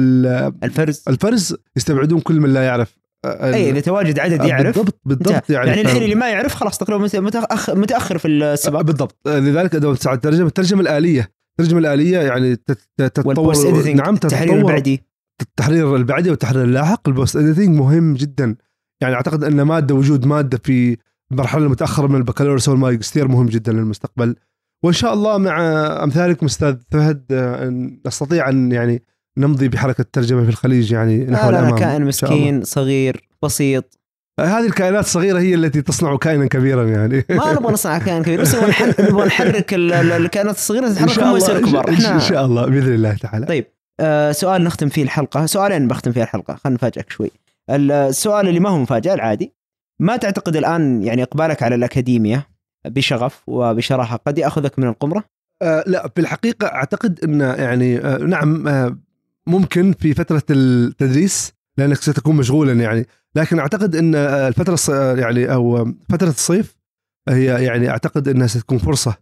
الفرز يستبعدون كل من لا يعرف. أي إذا تواجد عدد يعرف بالضبط يعني الحين اللي ما يعرف خلاص تقريبا متأخر في السباق. بالضبط. لذلك أدوات مساعدة الترجمة الآلية يعني تتطور. نعم، التحرير البعدي والتحرير اللاحق. البوست إديتينج مهم جدا، يعني أعتقد أن وجود مادة في المرحلة المتأخرة من البكالوريوس والماجستير مهم جدا للمستقبل. وإن شاء الله مع أمثالكم أستاذ فهد نستطيع أن يعني نمضي بحركة الترجمة في الخليج يعني نحو الأمام. أنا كائن مسكين صغير بسيط. هذه الكائنات الصغيرة هي التي تصنع كائنا كبيرا، يعني ما نبغى نصنع كائن كبير، بس نبغى نحرك الكائنات الصغيرة تتحرك ويصير كبار. إن شاء الله بإذن الله تعالى. طيب سؤال نختم فيه الحلقة، سؤالين بختم فيه الحلقة، خلنا نفاجئك شوي. السؤال اللي ما هو مفاجأة العادي، ما تعتقد الآن يعني إقبالك على الأكاديمية بشغف وبشراهة قد يأخذك من القمرة؟ لا بالحقيقة أعتقد أن يعني نعم ممكن في فترة التدريس لأنك ستكون مشغولا يعني، لكن أعتقد أن الفترة يعني أو فترة الصيف هي يعني أعتقد أنها ستكون فرصة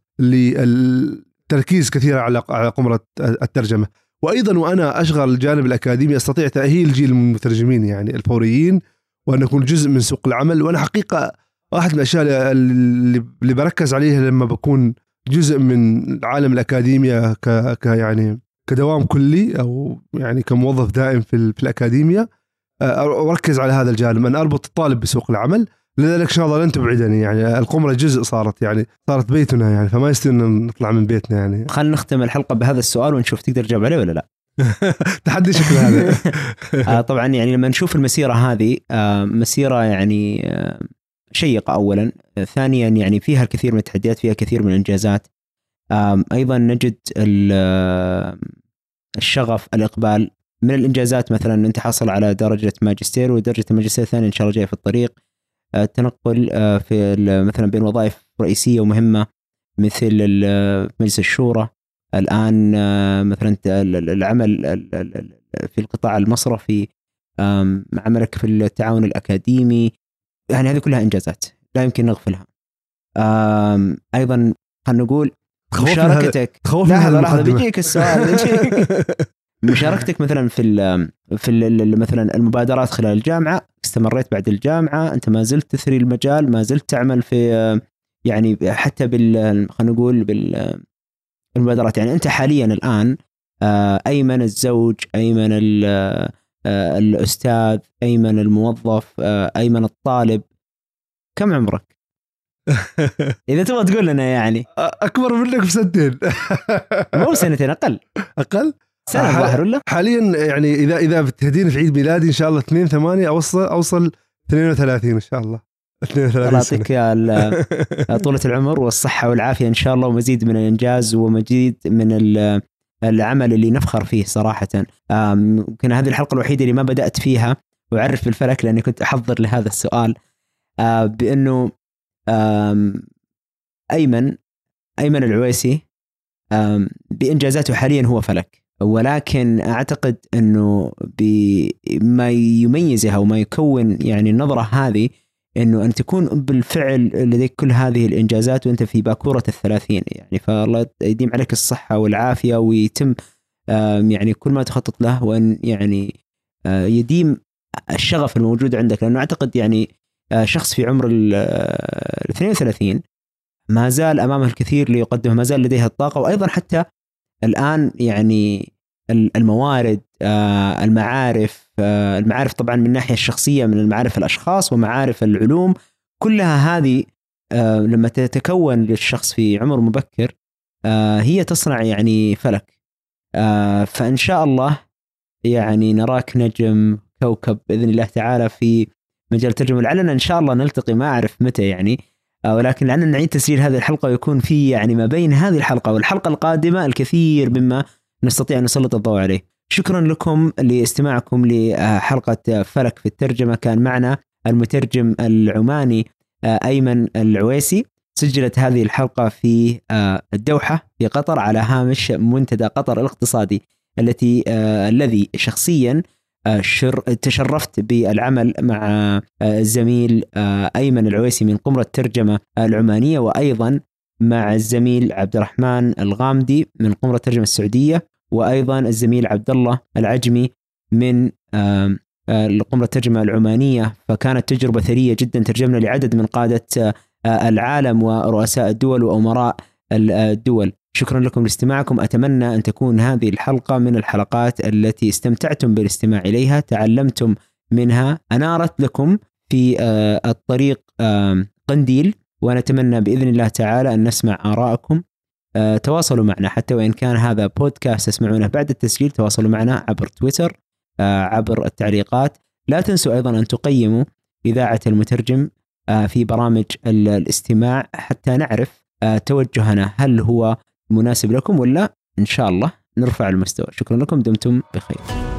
للتركيز كثيرا على قمرة الترجمة. وأيضا وأنا أشغل الجانب الأكاديمي أستطيع تأهيل جيل من المترجمين يعني الفوريين، وأن أكون جزء من سوق العمل. وأنا حقيقة واحد من الأشياء اللي بركز عليها لما بكون جزء من عالم الأكاديمية يعني كدوام كلي أو يعني كموظف دائم في الأكاديمية أركز على هذا الجانب، أن أربط الطالب بسوق العمل. لذلك إن شاء الله لن تبعدني، يعني القمرة جزء صارت بيتنا، يعني فما يستطيع أن نطلع من بيتنا. يعني خلينا نختم الحلقة بهذا السؤال ونشوف تقدر تجاوب عليه ولا لا. تحدي شكل هذا. طبعا يعني لما نشوف المسيرة هذه مسيرة يعني شيقة أولا، ثانيا يعني فيها الكثير من التحديات، فيها كثير من الإنجازات، أيضا نجد الشغف، الإقبال. من الإنجازات مثلا أنت حصل على درجة ماجستير، ودرجة الماجستير الثانية إن شاء الله جاية في الطريق. التنقل في مثلا بين وظائف رئيسية ومهمة مثل مجلس الشورى الآن، مثلا العمل في القطاع المصرفي، عملك في التعاون الأكاديمي، يعني هذه كلها إنجازات لا يمكن نغفلها. أيضا خلينا نقول مشاركتك، لحظة بيجيك السؤال. مشاركتك مثلا في مثلا المبادرات خلال الجامعة، استمريت بعد الجامعة، أنت ما زلت تثري المجال، ما زلت تعمل في يعني حتى خلينا نقول بالمبادرات. يعني أنت حاليا الآن أيمن الزوج، أيمن الأستاذ، أيمن الموظف، أيمن الطالب، كم عمرك؟ إذا تبغى تقول لنا يعني. أكبر منك بسنتين. مو سنتين، أقل سنة ظاهر ولا؟ حاليا يعني إذا بتهديني في عيد ميلادي إن شاء الله 2/8 أوصل 32 إن شاء الله. 32 سنة. يعطيك طولة العمر والصحة والعافية إن شاء الله، ومزيد من الإنجاز ومزيد من العمل اللي نفخر فيه صراحة. يمكن هذه الحلقة الوحيدة اللي ما بدأت فيها وأعرف بالفلك، لأني كنت أحضر لهذا السؤال، بأنه أيمن العويسي بإنجازاته حاليا هو فلك، ولكن أعتقد أنه بما يميزها وما يكون يعني النظرة هذه، أنه أن تكون بالفعل لديك كل هذه الإنجازات وأنت في باكورة 30. يعني فالله يديم عليك الصحة والعافية، ويتم يعني كل ما تخطط له، وأن يعني يديم الشغف الموجود عندك، لأنه أعتقد يعني شخص في عمر 32 ما زال أمامه الكثير ليقدمه، ما زال لديه الطاقة، وأيضا حتى الآن يعني الموارد، المعارف طبعا من الناحية الشخصية، من المعارف الأشخاص ومعارف العلوم، كلها هذه لما تتكون للشخص في عمر مبكر هي تصنع يعني فلك. فإن شاء الله يعني نراك نجم كوكب بإذن الله تعالى في مجال الترجمة. لعلنا إن شاء الله نلتقي، ما أعرف متى يعني، ولكن لعلنا نعيد تسجيل هذه الحلقة، ويكون في يعني ما بين هذه الحلقة والحلقة القادمة الكثير مما نستطيع أن نسلط الضوء عليه. شكرا لكم لاستماعكم لحلقة فلك في الترجمة. كان معنا المترجم العماني أيمن العويسي. سجلت هذه الحلقة في الدوحة في قطر على هامش منتدى قطر الاقتصادي، الذي شخصيا تشرفت بالعمل مع الزميل أيمن العويسي من قمرة الترجمة العمانية، وأيضا مع الزميل عبد الرحمن الغامدي من قمرة الترجمة السعودية، وأيضا الزميل عبد الله العجمي من قمرة الترجمة العمانية. فكانت تجربة ثرية جدا، ترجمنا لعدد من قادة العالم ورؤساء الدول وأمراء الدول. شكرا لكم لاستماعكم. أتمنى أن تكون هذه الحلقة من الحلقات التي استمتعتم بالاستماع إليها، تعلمتم منها، أنارت لكم في الطريق قنديل، ونتمنى بإذن الله تعالى أن نسمع آراءكم. تواصلوا معنا، حتى وإن كان هذا بودكاست تسمعونه بعد التسجيل، تواصلوا معنا عبر تويتر، عبر التعليقات. لا تنسوا أيضا أن تقيموا إذاعة المترجم في برامج الاستماع، حتى نعرف توجهنا هل هو مناسب لكم ولا إن شاء الله نرفع المستوى. شكرا لكم، دمتم بخير.